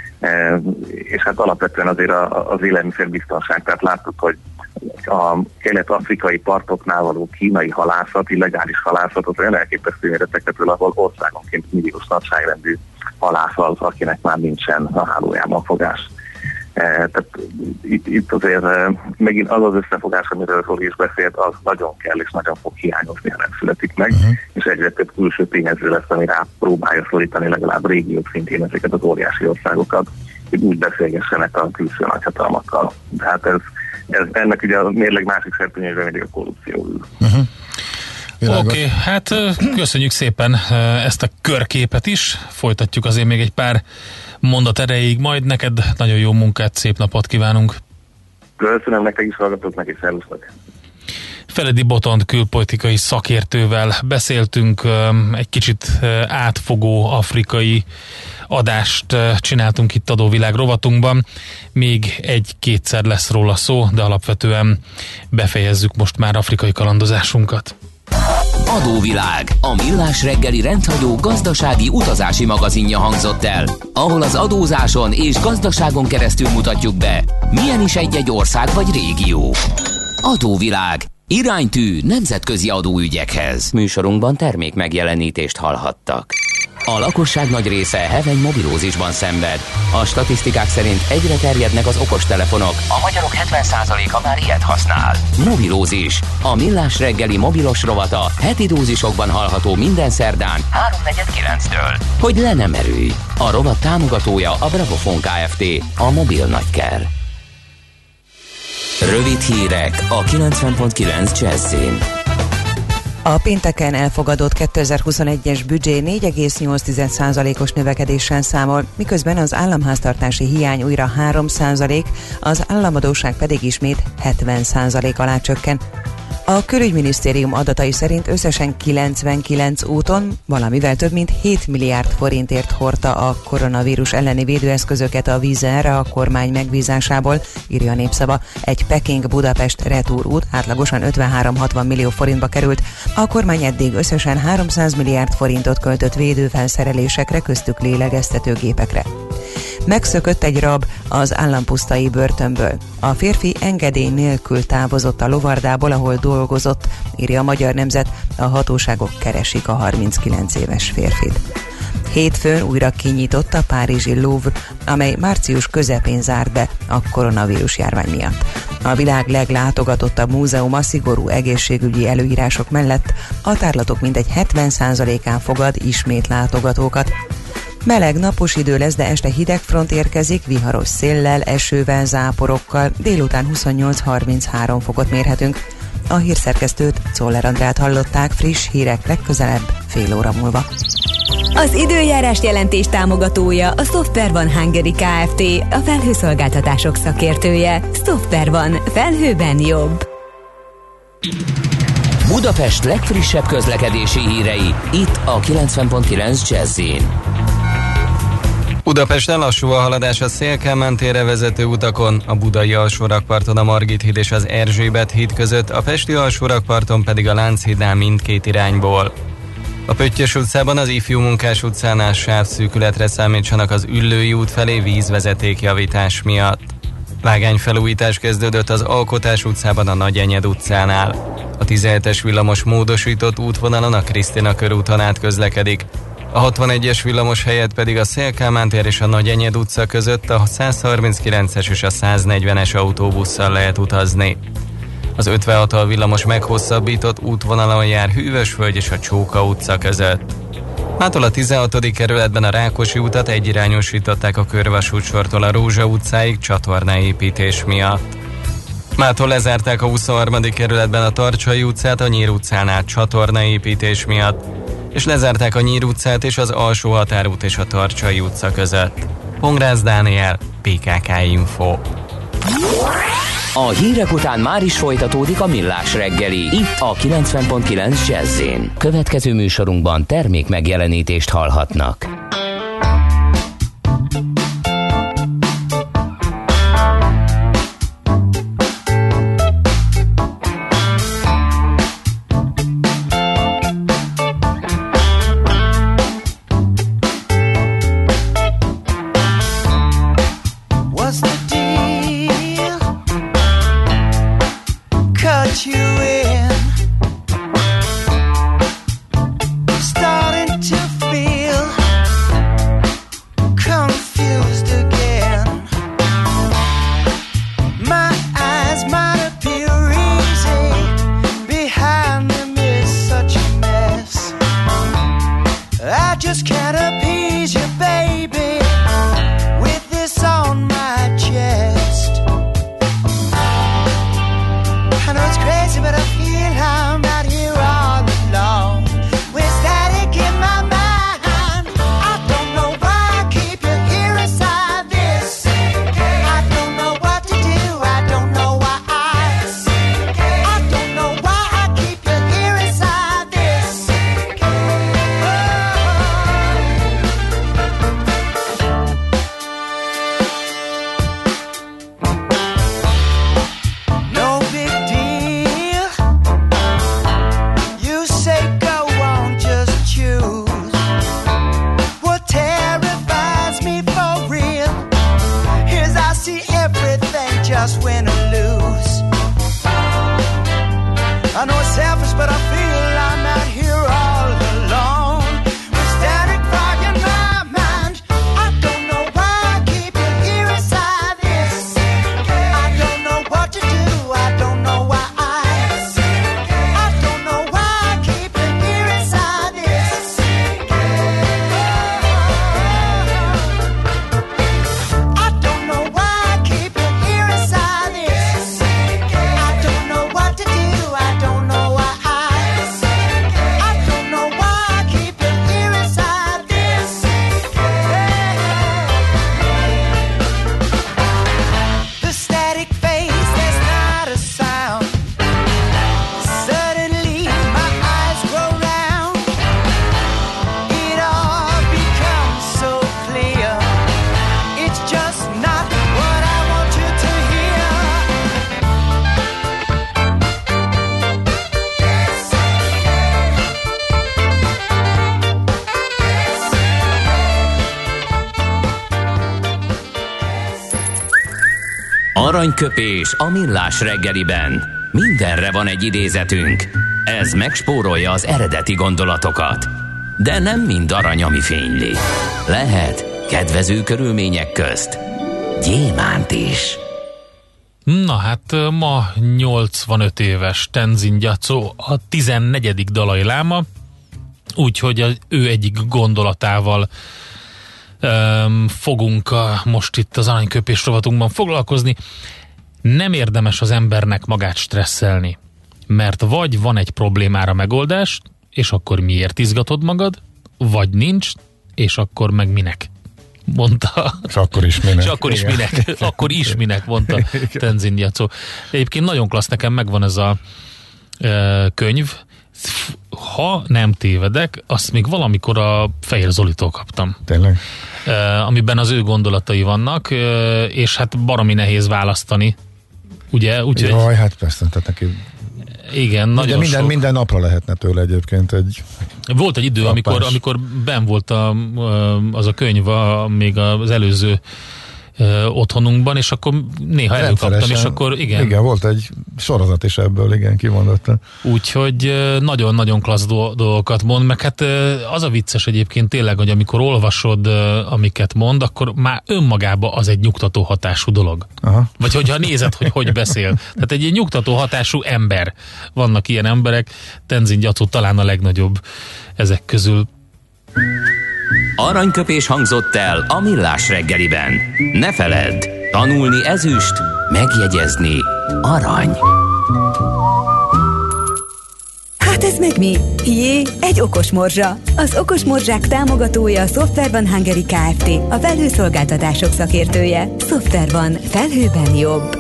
és hát alapvetően azért az élelmiszerbiztonság. Tehát láttuk, hogy a kelet-afrikai partoknál való kínai halászat, illegális halászat, az olyan elképesztő méretekről, ahol országonként milliós nagyságrendű halász az, akinek már nincsen a hálójában fogás. Tehát itt, itt azért megint az az összefogás, amiről Zoli is beszélt, az nagyon kell és nagyon fog hiányozni, ha nem születik meg, uh-huh. és egyre több külső tényező lesz, ami rá próbálja szorítani legalább régiók szintén ezeket az óriási országokat, hogy úgy beszélgessenek a külső nagyhatalmakkal. Tehát ez, ez ennek ugye a mérleg másik szerpényében mindig a korrupció ül. Uh-huh. Oké, okay, hát köszönjük szépen ezt a körképet is, folytatjuk azért még egy pár mondat erejéig, majd neked nagyon jó munkát, szép napot kívánunk. Köszönöm nektek is, hallgatóknak, és szervusztok. Feledi Botond külpolitikai szakértővel beszéltünk, egy kicsit átfogó afrikai adást csináltunk itt Adóvilág rovatunkban. Még egy-kétszer lesz róla szó, de alapvetően befejezzük most már afrikai kalandozásunkat. Adóvilág, a millás reggeli rendhagyó gazdasági utazási magazinja hangzott el, ahol az adózáson és gazdaságon keresztül mutatjuk be, milyen is egy-egy ország vagy régió. Adóvilág, iránytű nemzetközi adóügyekhez. Műsorunkban termék megjelenítést hallhattak. A lakosság nagy része heveny mobilózisban szenved. A statisztikák szerint egyre terjednek az okostelefonok. A magyarok hetven százaléka már ilyet használ. Mobilózis. A millás reggeli mobilos rovata heti dózisokban hallható minden szerdán háromnegyed kilenctől. Hogy le nem erőj. A rovat támogatója a Bravofon Kft. A mobil nagyker. Rövid hírek a kilencven pont kilenc Jazzin. A pénteken elfogadott kétezer-huszonegyes büdzsé négy egész nyolc százalékos növekedéssel számol, miközben az államháztartási hiány újra három százalék, az államadósság pedig ismét hetven százalék alá csökken. A külügyminisztérium adatai szerint összesen kilencvenkilenc úton valamivel több mint hét milliárd forintért hordta a koronavírus elleni védőeszközöket a vízerre a kormány megbízásából, írja a Népszava. Egy Peking-Budapest retúrút átlagosan ötvenhárom-hatvan millió forintba került. A kormány eddig összesen háromszáz milliárd forintot költött védőfelszerelésekre, köztük lélegeztetőgépekre. Megszökött egy rab az állampusztai börtönből. A férfi engedély nélkül távozott a lovardából, ahol dolgozott, írja a Magyar Nemzet. A hatóságok keresik a harminckilenc éves férfit. Hétfőn újra kinyitott a párizsi Louvre, amely március közepén zárt be a koronavírus járvány miatt. A világ leglátogatottabb múzeuma szigorú egészségügyi előírások mellett a tárlatok mintegy hetven százalékán fogad ismét látogatókat. Meleg napos idő lesz, de este hideg front érkezik, viharos széllel, esővel, záporokkal, délután huszonnyolc-harminchárom fokot mérhetünk. A hírszerkesztőt, Czoller Andrát hallották, friss hírek legközelebb fél óra múlva. Az időjárás jelentés támogatója a Software One Hungary Kft., a felhőszolgáltatások szakértője. Software One. Felhőben jobb. Budapest legfrissebb közlekedési hírei, itt a kilencven pont kilenc Jazzin. Budapesten lassú a haladás a Szél-Kálmán térre vezető utakon, a budai alsórakparton a Margit híd és az Erzsébet híd között, a pesti alsórakparton pedig a Lánchídnál mindkét irányból. A Pöttyös utcában az Ifjú Munkás utcánál sávszűkületre számítsanak az Üllői út felé vízvezetékjavítás miatt. Vágányfelújítás kezdődött az Alkotás utcában a Nagyenyed utcánál. A tizenhetes villamos módosított útvonalon a Krisztina körúton át közlekedik. A hatvanegyes villamos helyett pedig a Szél-Kálmán tér és a Nagyenyed utca között a százharminckilences és a száznegyvenes autóbusszal lehet utazni. Az ötvenhatos villamos meghosszabbított útvonalon jár Hűvösvölgy és a Csóka utca között. Mától a tizenhatodik kerületben a Rákosi utat egyirányosították a körvasútsortól a Rózsa utcáig csatornaépítés miatt. Mától lezárták a huszonharmadik kerületben a Tarcsai utcát a Nyír utcánál csatornaépítés miatt, és lezárták a Nyír utcát és az Alsó Határút és a Tarcsai utca között. Pongrász Dániel, pé ká ká Info. A hírek után már is folytatódik a Millás reggeli, itt a kilencven pont kilenc Jazzin. Következő műsorunkban termék megjelenítést hallhatnak. Starting to feel just win or lose. I know it's selfish, but I feel I'm out here all alone. With static fog in my mind, I don't know why I keep it here inside this. I don't know what to do, I don't know why I I don't know why I keep it here inside this. I don't know why I keep it here inside this. I don't know what to do, I don't know why I I don't know why I keep it here inside this. The static phase, there's not a sound. Suddenly my eyes grow round. It all becomes so clear. It's just not what I want you to hear. Aranyköpés a millás reggeliben. Mindenre van egy idézetünk. Ez megspórolja az eredeti gondolatokat. De nem mind arany, ami fényli. Lehet kedvező körülmények közt gyémánt is. Na hát ma nyolcvanöt éves Tenzin Gyatso, a tizennegyedik dalai láma, úgyhogy az ő egyik gondolatával um, fogunk a, most itt az aranyköpés rovatunkban foglalkozni. Nem érdemes az embernek magát stresszelni, mert vagy van egy problémára megoldás, és akkor miért izgatod magad, vagy nincs, és akkor meg minek, mondta. És akkor is minek. És akkor is minek, akkor is minek, mondta Tenzin Gyatso. Egyébként nagyon klassz, nekem megvan ez a e, könyv. Ha nem tévedek, azt még valamikor a Fehér Zolitól kaptam. Tényleg? E, amiben az ő gondolatai vannak, e, és hát baromi nehéz választani. Ugye? Úgyhogy... Jaj, hát persze, tehát neki... Igen, nagyon minden, sok. minden napra lehetne tőle egyébként egy... Volt egy idő, amikor, amikor benn volt a, az a könyv a, még az előző ö, otthonunkban, és akkor néha előkaptam, és akkor igen. Igen, volt egy sorozat is ebből, igen, kimondottan. Úgyhogy nagyon-nagyon klassz dolgokat mond, meg hát az a vicces egyébként tényleg, hogy amikor olvasod, amiket mond, akkor már önmagában az egy nyugtató hatású dolog. Aha. Vagy hogyha nézed, hogy hogy beszél. Tehát egy nyugtató hatású ember. Vannak ilyen emberek, Tenzin Gyatso talán a legnagyobb ezek közül. Aranyköpés hangzott el a millás reggeliben. Ne feledd, tanulni ezüst, megjegyezni arany. Hát ez meg mi? Jé, egy okos morzsa. Az okos morzsák támogatója a Software One Hungary Kft., a felhőszolgáltatások szakértője. Software One. Felhőben jobb.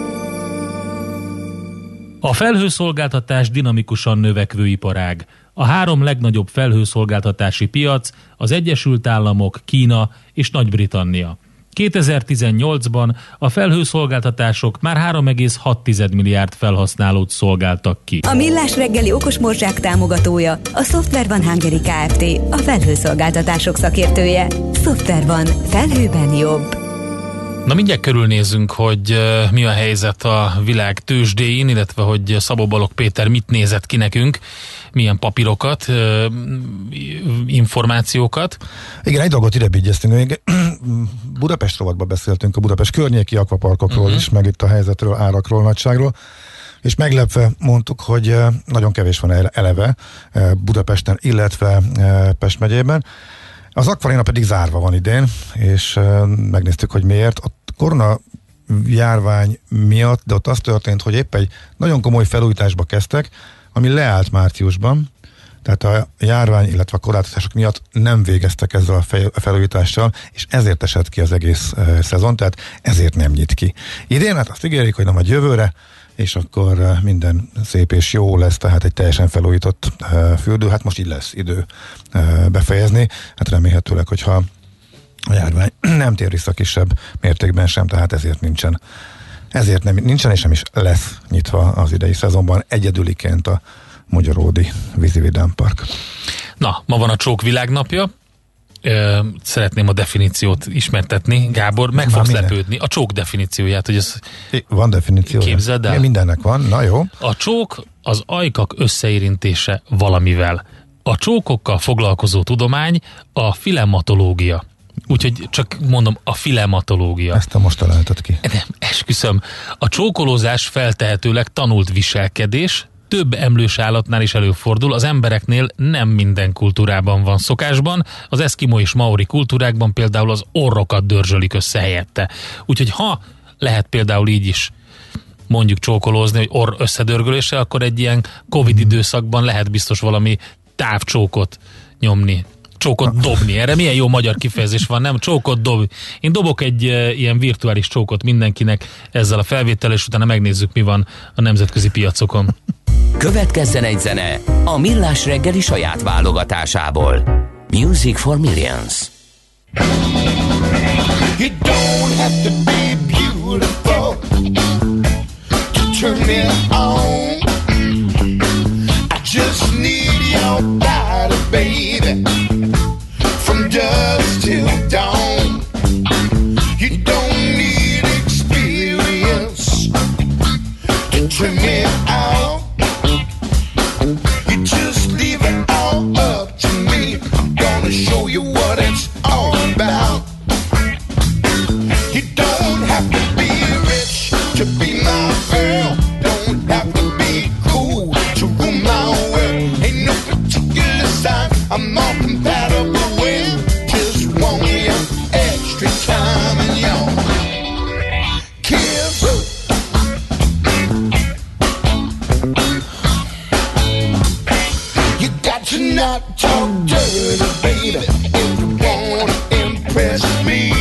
A felhőszolgáltatás dinamikusan növekvő iparág. A három legnagyobb felhőszolgáltatási piac az Egyesült Államok, Kína és Nagy-Britannia. kétezer-tizennyolcban a felhőszolgáltatások már három egész hat milliárd felhasználót szolgáltak ki. A millás reggeli okos morzsák támogatója a Software One Hungary Kft., a felhőszolgáltatások szakértője. Software One. Felhőben jobb. Na mindjárt körülnézzünk, hogy uh, mi a helyzet a világ tőzsdéin, illetve hogy Szabó Balogh Péter mit nézett ki nekünk, milyen papírokat, uh, információkat. Igen, egy dolgot idebígyeztünk. Még Budapest rovatban beszéltünk a Budapest környéki akvaparkokról uh-huh. is, meg itt a helyzetről, árakról, nagyságról, és meglepve mondtuk, hogy nagyon kevés van eleve Budapesten, illetve Pest megyében. Az Aquarena pedig zárva van idén, és uh, megnéztük, hogy miért. A korona járvány miatt, de ott az történt, hogy épp egy nagyon komoly felújításba kezdtek, ami leállt márciusban, tehát a járvány, illetve a korlátozások miatt nem végeztek ezzel a felújítással, és ezért esett ki az egész uh, szezon, tehát ezért nem nyit ki. Idén hát azt ígérik, hogy nem majd jövőre, és akkor uh, minden szép és jó lesz, tehát egy teljesen felújított uh, fürdő, hát most így lesz idő uh, befejezni, hát remélhetőleg, hogyha a járvány nem tér vissza kisebb mértékben sem, tehát ezért nincsen ezért nem, nincsen és nem is lesz nyitva az idei szezonban egyedüliként a Magyaródi vízivédelmi park. Na, ma van a Csók világnapja, Ö, szeretném a definíciót ismertetni. Gábor, meg fogsz lepődni. A csók definícióját, hogy ez van definíció. Képzeld el. Mindennek van, na jó. A csók az ajkak összeérintése valamivel. A csókokkal foglalkozó tudomány a filematológia. Úgyhogy csak mondom, a filematológia. Ezt a most találtad ki. Nem, esküszöm. A csókolózás feltehetőleg tanult viselkedés, több emlős állatnál is előfordul, az embereknél nem minden kultúrában van szokásban, az eszkimó és maori kultúrákban például az orrokat dörzsölik össze helyette. Úgyhogy ha lehet például így is mondjuk csókolózni, hogy orr összedörgöléssel, akkor egy ilyen Covid időszakban lehet biztos valami távcsókot nyomni. Csókot dobni. Erre milyen jó magyar kifejezés van, nem? Csókot dobni. Én dobok egy e, ilyen virtuális csókot mindenkinek ezzel a felvétellel, és utána megnézzük, mi van a nemzetközi piacokon. Következzen egy zene a Millás reggeli saját válogatásából. Music for Millions. You don't have to be beautiful to turn me on. I just need your body, baby, from dusk till dawn. You don't need experience to turn me out. You just leave it all up to me. I'm gonna show you what it's all about. You don't have to be rich to be my girl. Don't have to be cool to rule my world. Ain't no particular sign I'm all compatible with. Just want your extra time and your kiss. You got to not talk dirty, baby, if you wanna impress me.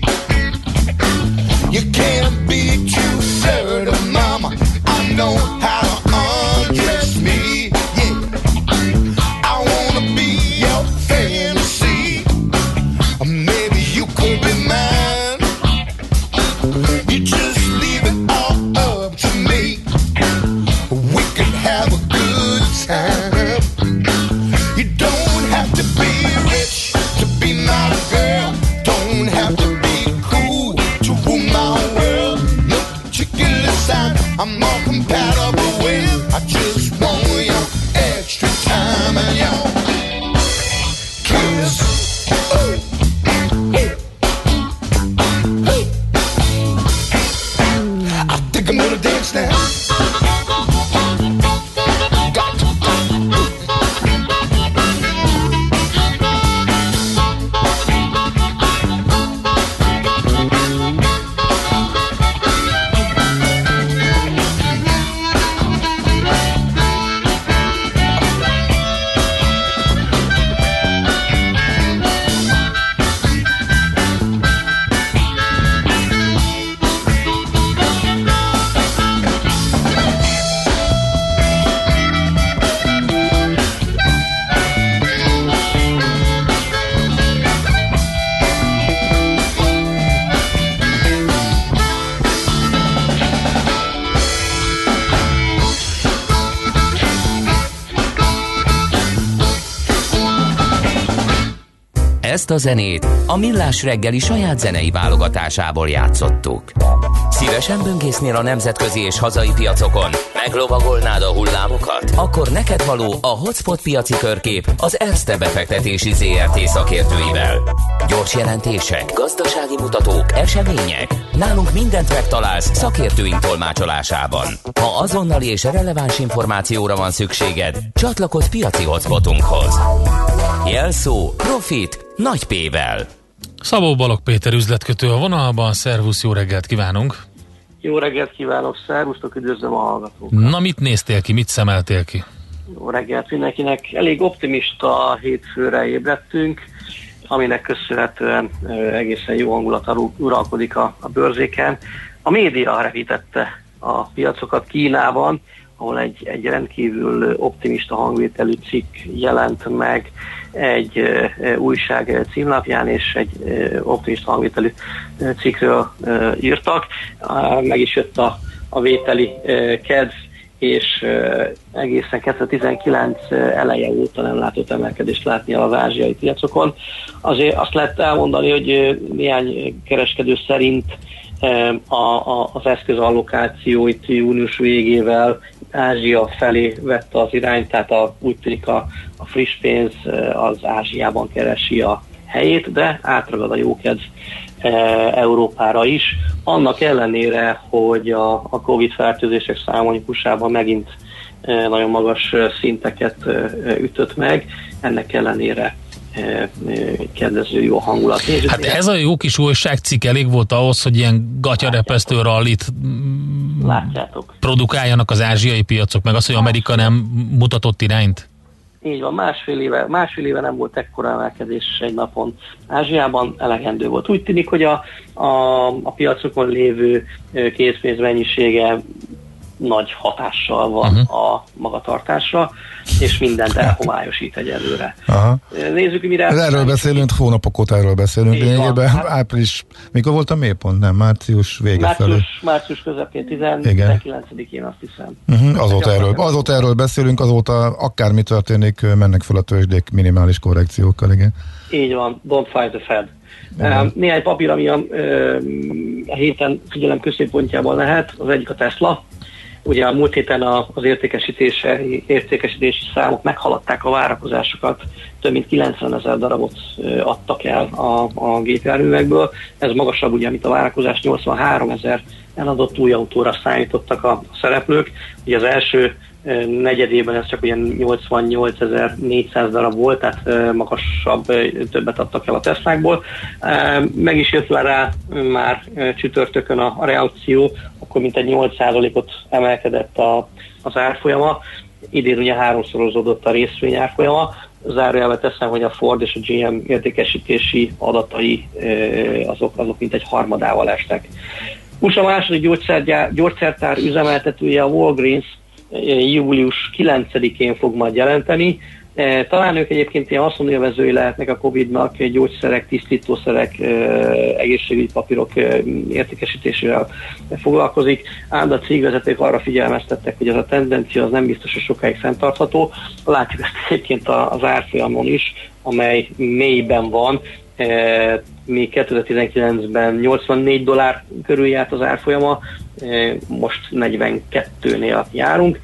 You can't be too certain, mama. I know how to undress me. Yeah, I wanna be your fantasy. Maybe you could be mine. You just leave it all up to me. We can have a good time. You don't have to be rich to be my girl. Don't have to be cool to rule my world. No particular sign I'm all compatible with. I just want your extra time and your kiss. Ooh. Ooh. I think I'm gonna dance now. Got to. Ezt a zenét a Millás reggeli saját zenei válogatásából játszottuk. Szívesen böngésznél a nemzetközi és hazai piacokon? Meglovagolnád a hullámokat? Akkor neked való a Hotspot piaci körkép az Erste befektetési zé er té szakértőivel. Gyors jelentések, gazdasági mutatók, események. Nálunk mindent megtalálsz szakértőink tolmácsolásában. Ha azonnali és releváns információra van szükséged, csatlakozz piaci hotspotunkhoz. Jelszó Profit nagy P-vel. Szabó Balogh Péter üzletkötő a vonalban. Szervusz, jó reggelt kívánunk! Jó reggelt kívánok, szervusztok, üdvözlöm a hallgatókat! Na, mit néztél ki, mit szemeltél ki? Jó reggelt mindenkinek! Elég optimista hétfőre ébredtünk, aminek köszönhetően egészen jó hangulat uralkodik a, a bőrzéken. A média revítette a piacokat Kínában, ahol egy, egy rendkívül optimista hangvételű cikk jelent meg egy e, újság címlapján, és egy e, optimista hangvételű cikkről e, írtak. E, meg is jött a, a vételi e, kedv, és egészen kétezer-tizenkilenc eleje óta nem látott emelkedést látni az ázsiai piacokon. Azért azt lehet elmondani, hogy néhány kereskedő szerint a, a, az eszközallokáció itt június végével Ázsia felé vette az irányt, tehát a, úgy tűnik a, a friss pénz az Ázsiában keresi a helyét, de átragad a jókedv e, Európára is. Annak ellenére, hogy a, a Covid fertőzések száma u es á-ban megint e, nagyon magas szinteket e, ütött meg, ennek ellenére kedvező jó hangulat. Nézzük, hát ez a jó kis újságcikk elég volt ahhoz, hogy ilyen gatyarepesztő rallit látjátok. Produkáljanak az ázsiai piacok, meg az, hogy Amerika nem mutatott irányt? Így van, másfél éve, másfél éve nem volt ekkora emelkedés egy napon. Ázsiában elegendő volt. Úgy tűnik, hogy a, a, a piacokon lévő készpénz mennyisége nagy hatással van uh-huh. a magatartásra, és mindent elhomályosít egyelőre. Aha. Nézzük, mire... Erről beszélünk, hónapok óta erről beszélünk. Lényegében április, mikor volt a mélypont? Nem, március vége március, felé. Március közepén, tizenkilencedikén azt hiszem. Uh-huh. Azóta, erről, azóta erről beszélünk, azóta akármi történik, mennek fel a tőzsdék minimális korrekciókkal, igen. Így van, don't fight the Fed. Uh-huh. Néhány papír, ami a, a héten figyelem középpontjában lehet, az egyik a Tesla. Ugye a múlt héten az értékesítési, értékesítési számok meghaladták a várakozásokat, több mint kilencvenezer darabot adtak el a, a gépjárművekből. Ez magasabb ugye, mint a várakozás, nyolcvanháromezer eladott új autóra számítottak a szereplők. Ugye az első negyedében ez csak olyan nyolcvannyolcezer-négyszáz darab volt, tehát magasabb, többet adtak el a Teslákból. Meg is jött rá már csütörtökön a, a reakció, akkor mintegy nyolc százalékot emelkedett a, az árfolyama. Idén ugye háromszorozódott a részvény árfolyama. Zárójelbe teszem, hogy a Ford és a gé em értékesítési adatai azok, azok mintegy harmadával estek. u es á második gyógyszergyár, gyógyszertár üzemeltetője, a Walgreens július kilencedikén fog majd jelenteni. Talán ők egyébként ilyen haszonélvezői lehetnek a Covid-nak, gyógyszerek, tisztítószerek, egészségügyi papírok értékesítésével foglalkozik. Ám a cégvezetők arra figyelmeztettek, hogy ez a tendencia az nem biztos, hogy sokáig fenntartható. Látjuk ezt egyébként az árfolyamon is, amely mélyben van. Még kétezer-tizenkilencben nyolcvannégy dollár körül járt az árfolyama, most negyvenkettőnél járunk.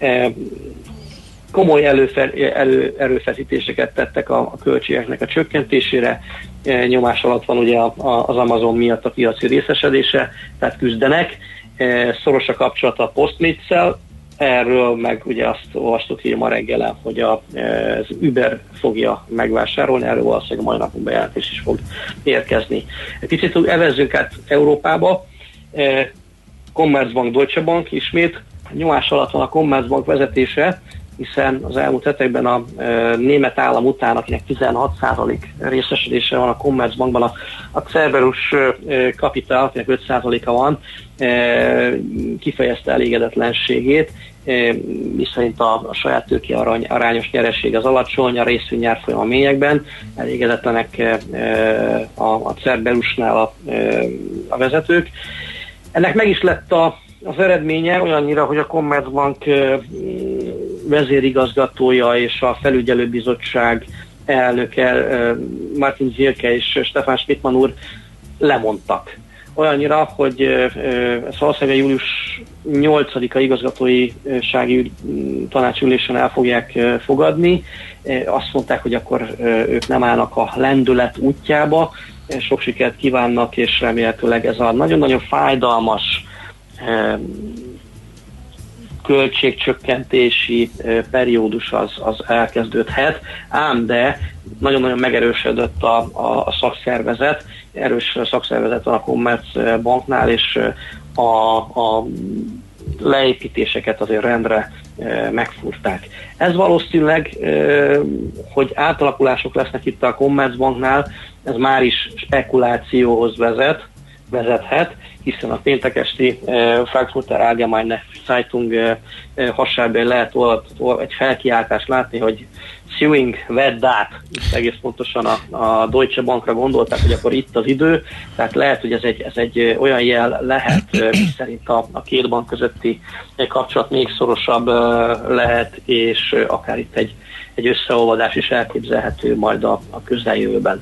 Komoly előfer, elő, erőfeszítéseket tettek a, a költségeknek a csökkentésére, nyomás alatt van ugye a, a, az Amazon miatt a piaci részesedése, tehát küzdenek. Szoros a kapcsolat a Postmates-szel, erről meg ugye azt olvastuk így ma reggelen, hogy a, az Uber fogja megvásárolni, erről valószínűleg a mai napon bejelentés is fog érkezni. Picit evezzünk át Európába. Commerzbank, Deutsche Bank ismét nyomás alatt van a Commerzbank vezetése, hiszen az elmúlt hetekben a e, német állam után, akinek tizenhat százalék részesedése van a Commerzbankban, a, a Cerberus e, Capital, akinek öt százaléka van, e, kifejezte elégedetlenségét, e, miszerint a, a saját tőke arany, arányos nyereség az alacsony, a részvényárfolyam a mélyekben, elégedetlenek e, a, a Cerberusnál a, e, a vezetők. Ennek meg is lett a az eredménye olyannyira, hogy a Commerzbank vezérigazgatója és a felügyelőbizottság elnöke Martin Zierke és Stefan Schmidtmann úr lemondtak. Olyannyira, hogy ezt valószínűleg július nyolcadika igazgatói sági tanácsülésen el fogják fogadni. Azt mondták, hogy akkor ők nem állnak a lendület útjába, sok sikert kívánnak, és remélhetőleg ez a nagyon-nagyon fájdalmas költségcsökkentési periódus az, az elkezdődhet, ám de nagyon-nagyon megerősödött a, a, a szakszervezet, erős szakszervezet van a Commerzbanknál, és a, a leépítéseket azért rendre megfúrták. Ez valószínűleg, hogy átalakulások lesznek itt a Commerzbanknál, ez már is spekulációhoz vezet, vezethet, hiszen a péntek esti uh, Frankfurter Allgemeine Zeitung uh, uh, hasábban lehet olvat, egy felkiáltást látni, hogy Suing Veddát, egész pontosan a, a Deutsche Bankra gondolták, hogy akkor itt az idő, tehát lehet, hogy ez egy, ez egy olyan jel lehet, uh, szerint a, a két bank közötti kapcsolat még szorosabb uh, lehet, és uh, akár itt egy, egy összeolvadás is elképzelhető majd a, a közeljövőben.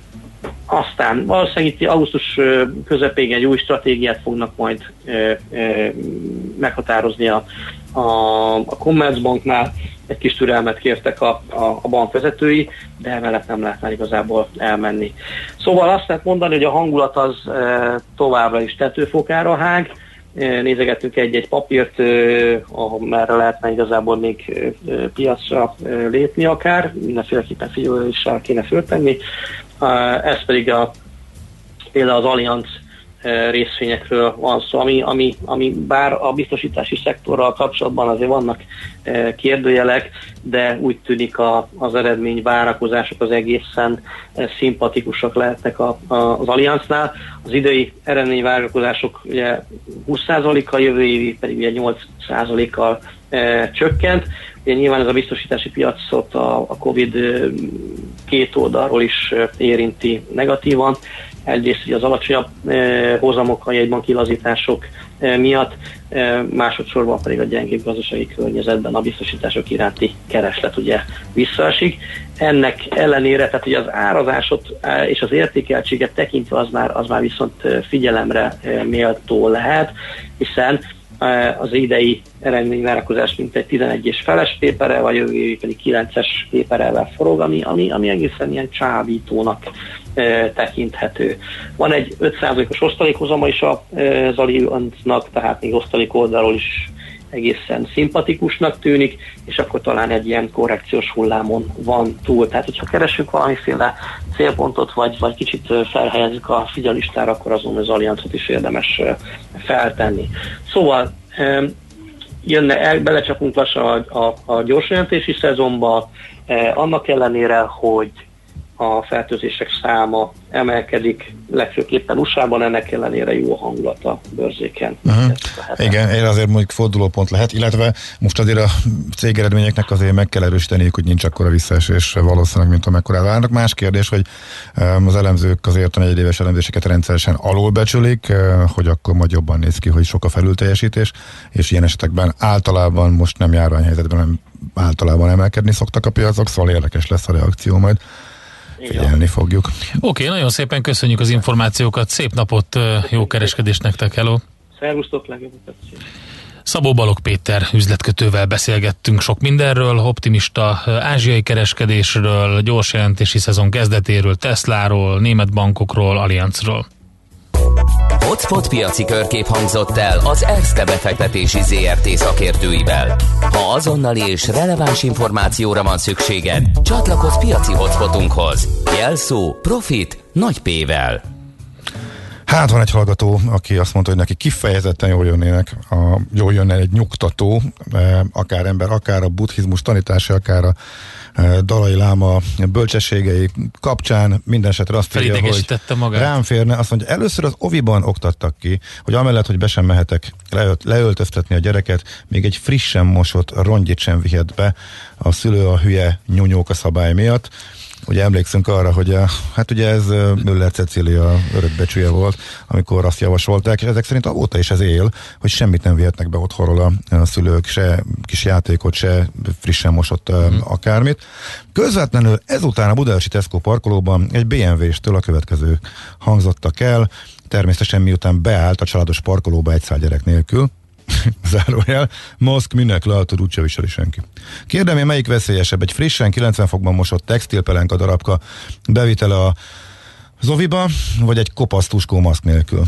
Aztán valószínűleg itt augusztus közepén egy új stratégiát fognak majd ö, ö, meghatározni a, a, a Commerzbanknál. Egy kis türelmet kértek a, a, a bank vezetői, de emellett nem lehet már igazából elmenni. Szóval azt lehet mondani, hogy a hangulat az ö, továbbra is tetőfokára hág. Nézegettünk egy-egy papírt, merre lehetne igazából még piacra lépni akár, mindenféleképpen figyeléssel kéne föltenni. Ez pedig a, például az Allianz részvényekről van szó, ami, ami, ami bár a biztosítási szektorral kapcsolatban azért vannak kérdőjelek, de úgy tűnik a, az eredmény várakozások az egészen szimpatikusak lehetnek a, a, az Allianznál. Az idei eredmény várakozások ugye húsz százalékkal, jövő évi pedig ugye nyolc százalékkal e, csökkent. Ugye nyilván ez a biztosítási piacot a, a Covid két oldalról is érinti negatívan. Egyrészt az alacsonyabb eh, hozamok, a jegybanki lazítások eh, miatt, eh, másodszorban pedig a gyengébb gazdasági környezetben a biztosítások iránti kereslet ugye visszaesik. Ennek ellenére, tehát ugye az árazásot eh, és az értékeltséget tekintve az már, az már viszont eh, figyelemre eh, méltó lehet, hiszen eh, az idei eredményvárakozás mintegy tizenegy feles péperrel, vagy jövő évi pedig kilences péperrel forog, ami, ami, ami egészen ilyen csábítónak tekinthető. Van egy öt százalékos osztalékhozama is az Allianznak, tehát még osztalék oldalról is egészen szimpatikusnak tűnik, és akkor talán egy ilyen korrekciós hullámon van túl. Tehát, hogyha keresünk valamiféle célpontot, vagy, vagy kicsit felhelyezzük a figyelőlistára, akkor azon az Allianzot is érdemes feltenni. Szóval jönne el, belecsapunk lassan a, a, a gyorsjelentési szezonba, annak ellenére, hogy a fertőzések száma emelkedik, legfőképpen u es á-ban, ennek ellenére jó a hangulat a bőrzéken. Uh-huh. Igen, ez azért mondjuk fordulópont lehet, illetve most azért a cégeredményeknek azért meg kell erősíteniük, hogy nincs akkora visszaesés valószínűleg, mint amekkorá várnak. Más kérdés, hogy az elemzők azért a negyedéves elemzéseket rendszeresen alulbecsülik, hogy akkor majd jobban néz ki, hogy sok a felülteljesítés, és ilyen esetekben általában most nem járványhelyzetben, hanem általában emelkedni szoktak a piacok, szóval érdekes lesz a reakció majd. Figyelni fogjuk. Oké, okay, nagyon szépen köszönjük az információkat, szép napot, jó kereskedést nektek, hello! Szervusztok, legjobbat! Szabó Balogh Péter üzletkötővel beszélgettünk sok mindenről, optimista ázsiai kereskedésről, gyors jelentési szezon kezdetéről, Tesláról, német bankokról, Allianzról. Hotspot piaci körkép hangzott el az Erste befektetési zé er té szakértőivel. Ha azonnali és releváns információra van szükséged, csatlakozz piaci hotspotunkhoz. Jelszó Profit nagy P-vel. Hát van egy hallgató, aki azt mondta, hogy neki kifejezetten jól jönnének, a, jól jönne egy nyugtató, akár ember, akár a buddhizmus tanítása, akár a Dalai Láma bölcsességei kapcsán, minden esetre azt írja, hogy magát. Rám férne, azt mondja, először az oviban oktattak ki, hogy amellett, hogy be sem mehetek leölt, leöltöztetni a gyereket, még egy frissen mosott rongyit sem vihet be a szülő a hülye nyúnyóka szabály miatt. Ugye emlékszünk arra, hogy a, hát ugye ez Müller Cecília örökbecsüje volt, amikor azt javasolták, és ezek szerint avóta is ez él, hogy semmit nem vihetnek be otthonról a, a szülők, se kis játékot, se frissen mosott mm. akármit. Közvetlenül ezután a budaörsi Tesco parkolóban egy bé em vé-stől a következő hangzottak el, természetesen miután beállt a családos parkolóba egy szál gyerek nélkül, zárójel, maszk minek, látod, úgyse viseli senki. Kérdem én, melyik veszélyesebb, egy frissen kilencven fokban mosott textilpelenka darabka bevitele a zoviba, vagy egy kopasz tuskó maszk nélkül?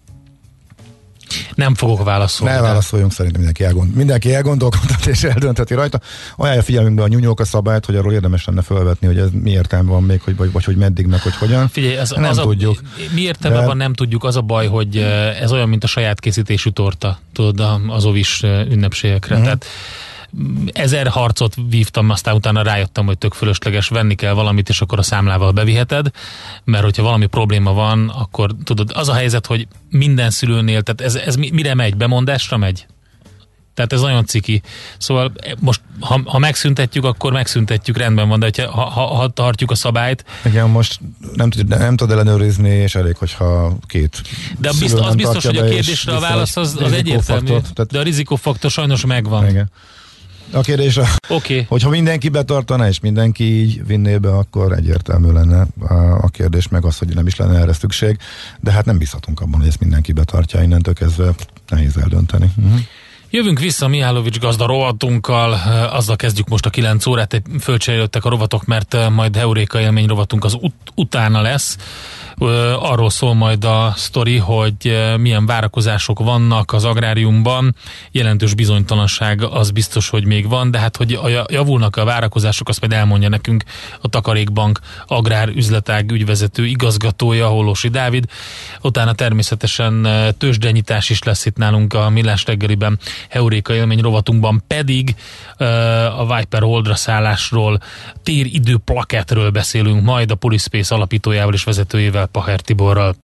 Nem fogok válaszolni. Ne válaszoljunk, szerintem mindenki, elgond, mindenki elgondolkodhat és eldöntheti rajta. Ajánlja figyelmünkbe a nyúnyóka szabályt, hogy arról érdemes lenne felvetni, hogy ez mi értelme van még, hogy, vagy, vagy hogy meddig, meg hogy hogyan. Figyelj, ez, nem az tudjuk. A, mi értelme de... van, nem tudjuk, az a baj, hogy ez olyan, mint a saját készítésű torta, tudod, az ovis ünnepségekre. Uh-huh. Tehát ezer harcot vívtam, aztán utána rájöttem, hogy tök fölösleges, venni kell valamit, és akkor a számlával beviheted, mert hogyha valami probléma van, akkor tudod, az a helyzet, hogy minden szülőnél, tehát ez, ez mire megy? Bemondásra megy? Tehát ez nagyon ciki. Szóval most, ha, ha megszüntetjük, akkor megszüntetjük, rendben van, de ha, ha, ha tartjuk a szabályt. Igen, most nem, tud, nem tud ellenőrizni, és elég, hogyha két de biztos, az biztos, hogy a kérdésre a válasz az, az egyértelmű, tehát... de a rizikófaktor sajnos megvan. Igen. A kérdésre, okay. hogyha mindenki betartaná, és mindenki így vinné be, akkor egyértelmű lenne a kérdés, meg az, hogy nem is lenne erre szükség, de hát nem bízhatunk abban, hogy ezt mindenki betartja, innentől kezdve nehéz eldönteni. Uh-huh. Jövünk vissza Mihálovics gazda rovatunkkal, azzal kezdjük most a kilenc órát, fölcserélődtek a rovatok, mert majd Heuréka élmény rovatunk az ut- utána lesz. Arról szól majd a sztori, hogy milyen várakozások vannak az agráriumban, jelentős bizonytalanság az biztos, hogy még van, de hát hogy javulnak a várakozások, azt majd elmondja nekünk a Takarékbank agrárüzletág ügyvezető igazgatója, Hollósi Dávid. Utána természetesen tőzsdenyítás is lesz itt nálunk a Millás reggeliben, Heuréka élmény rovatunkban pedig a Viper Holdra szállásról, téridő plaketről beszélünk majd a Polispace alapítójával és vezetőjével, Paher Tiborral.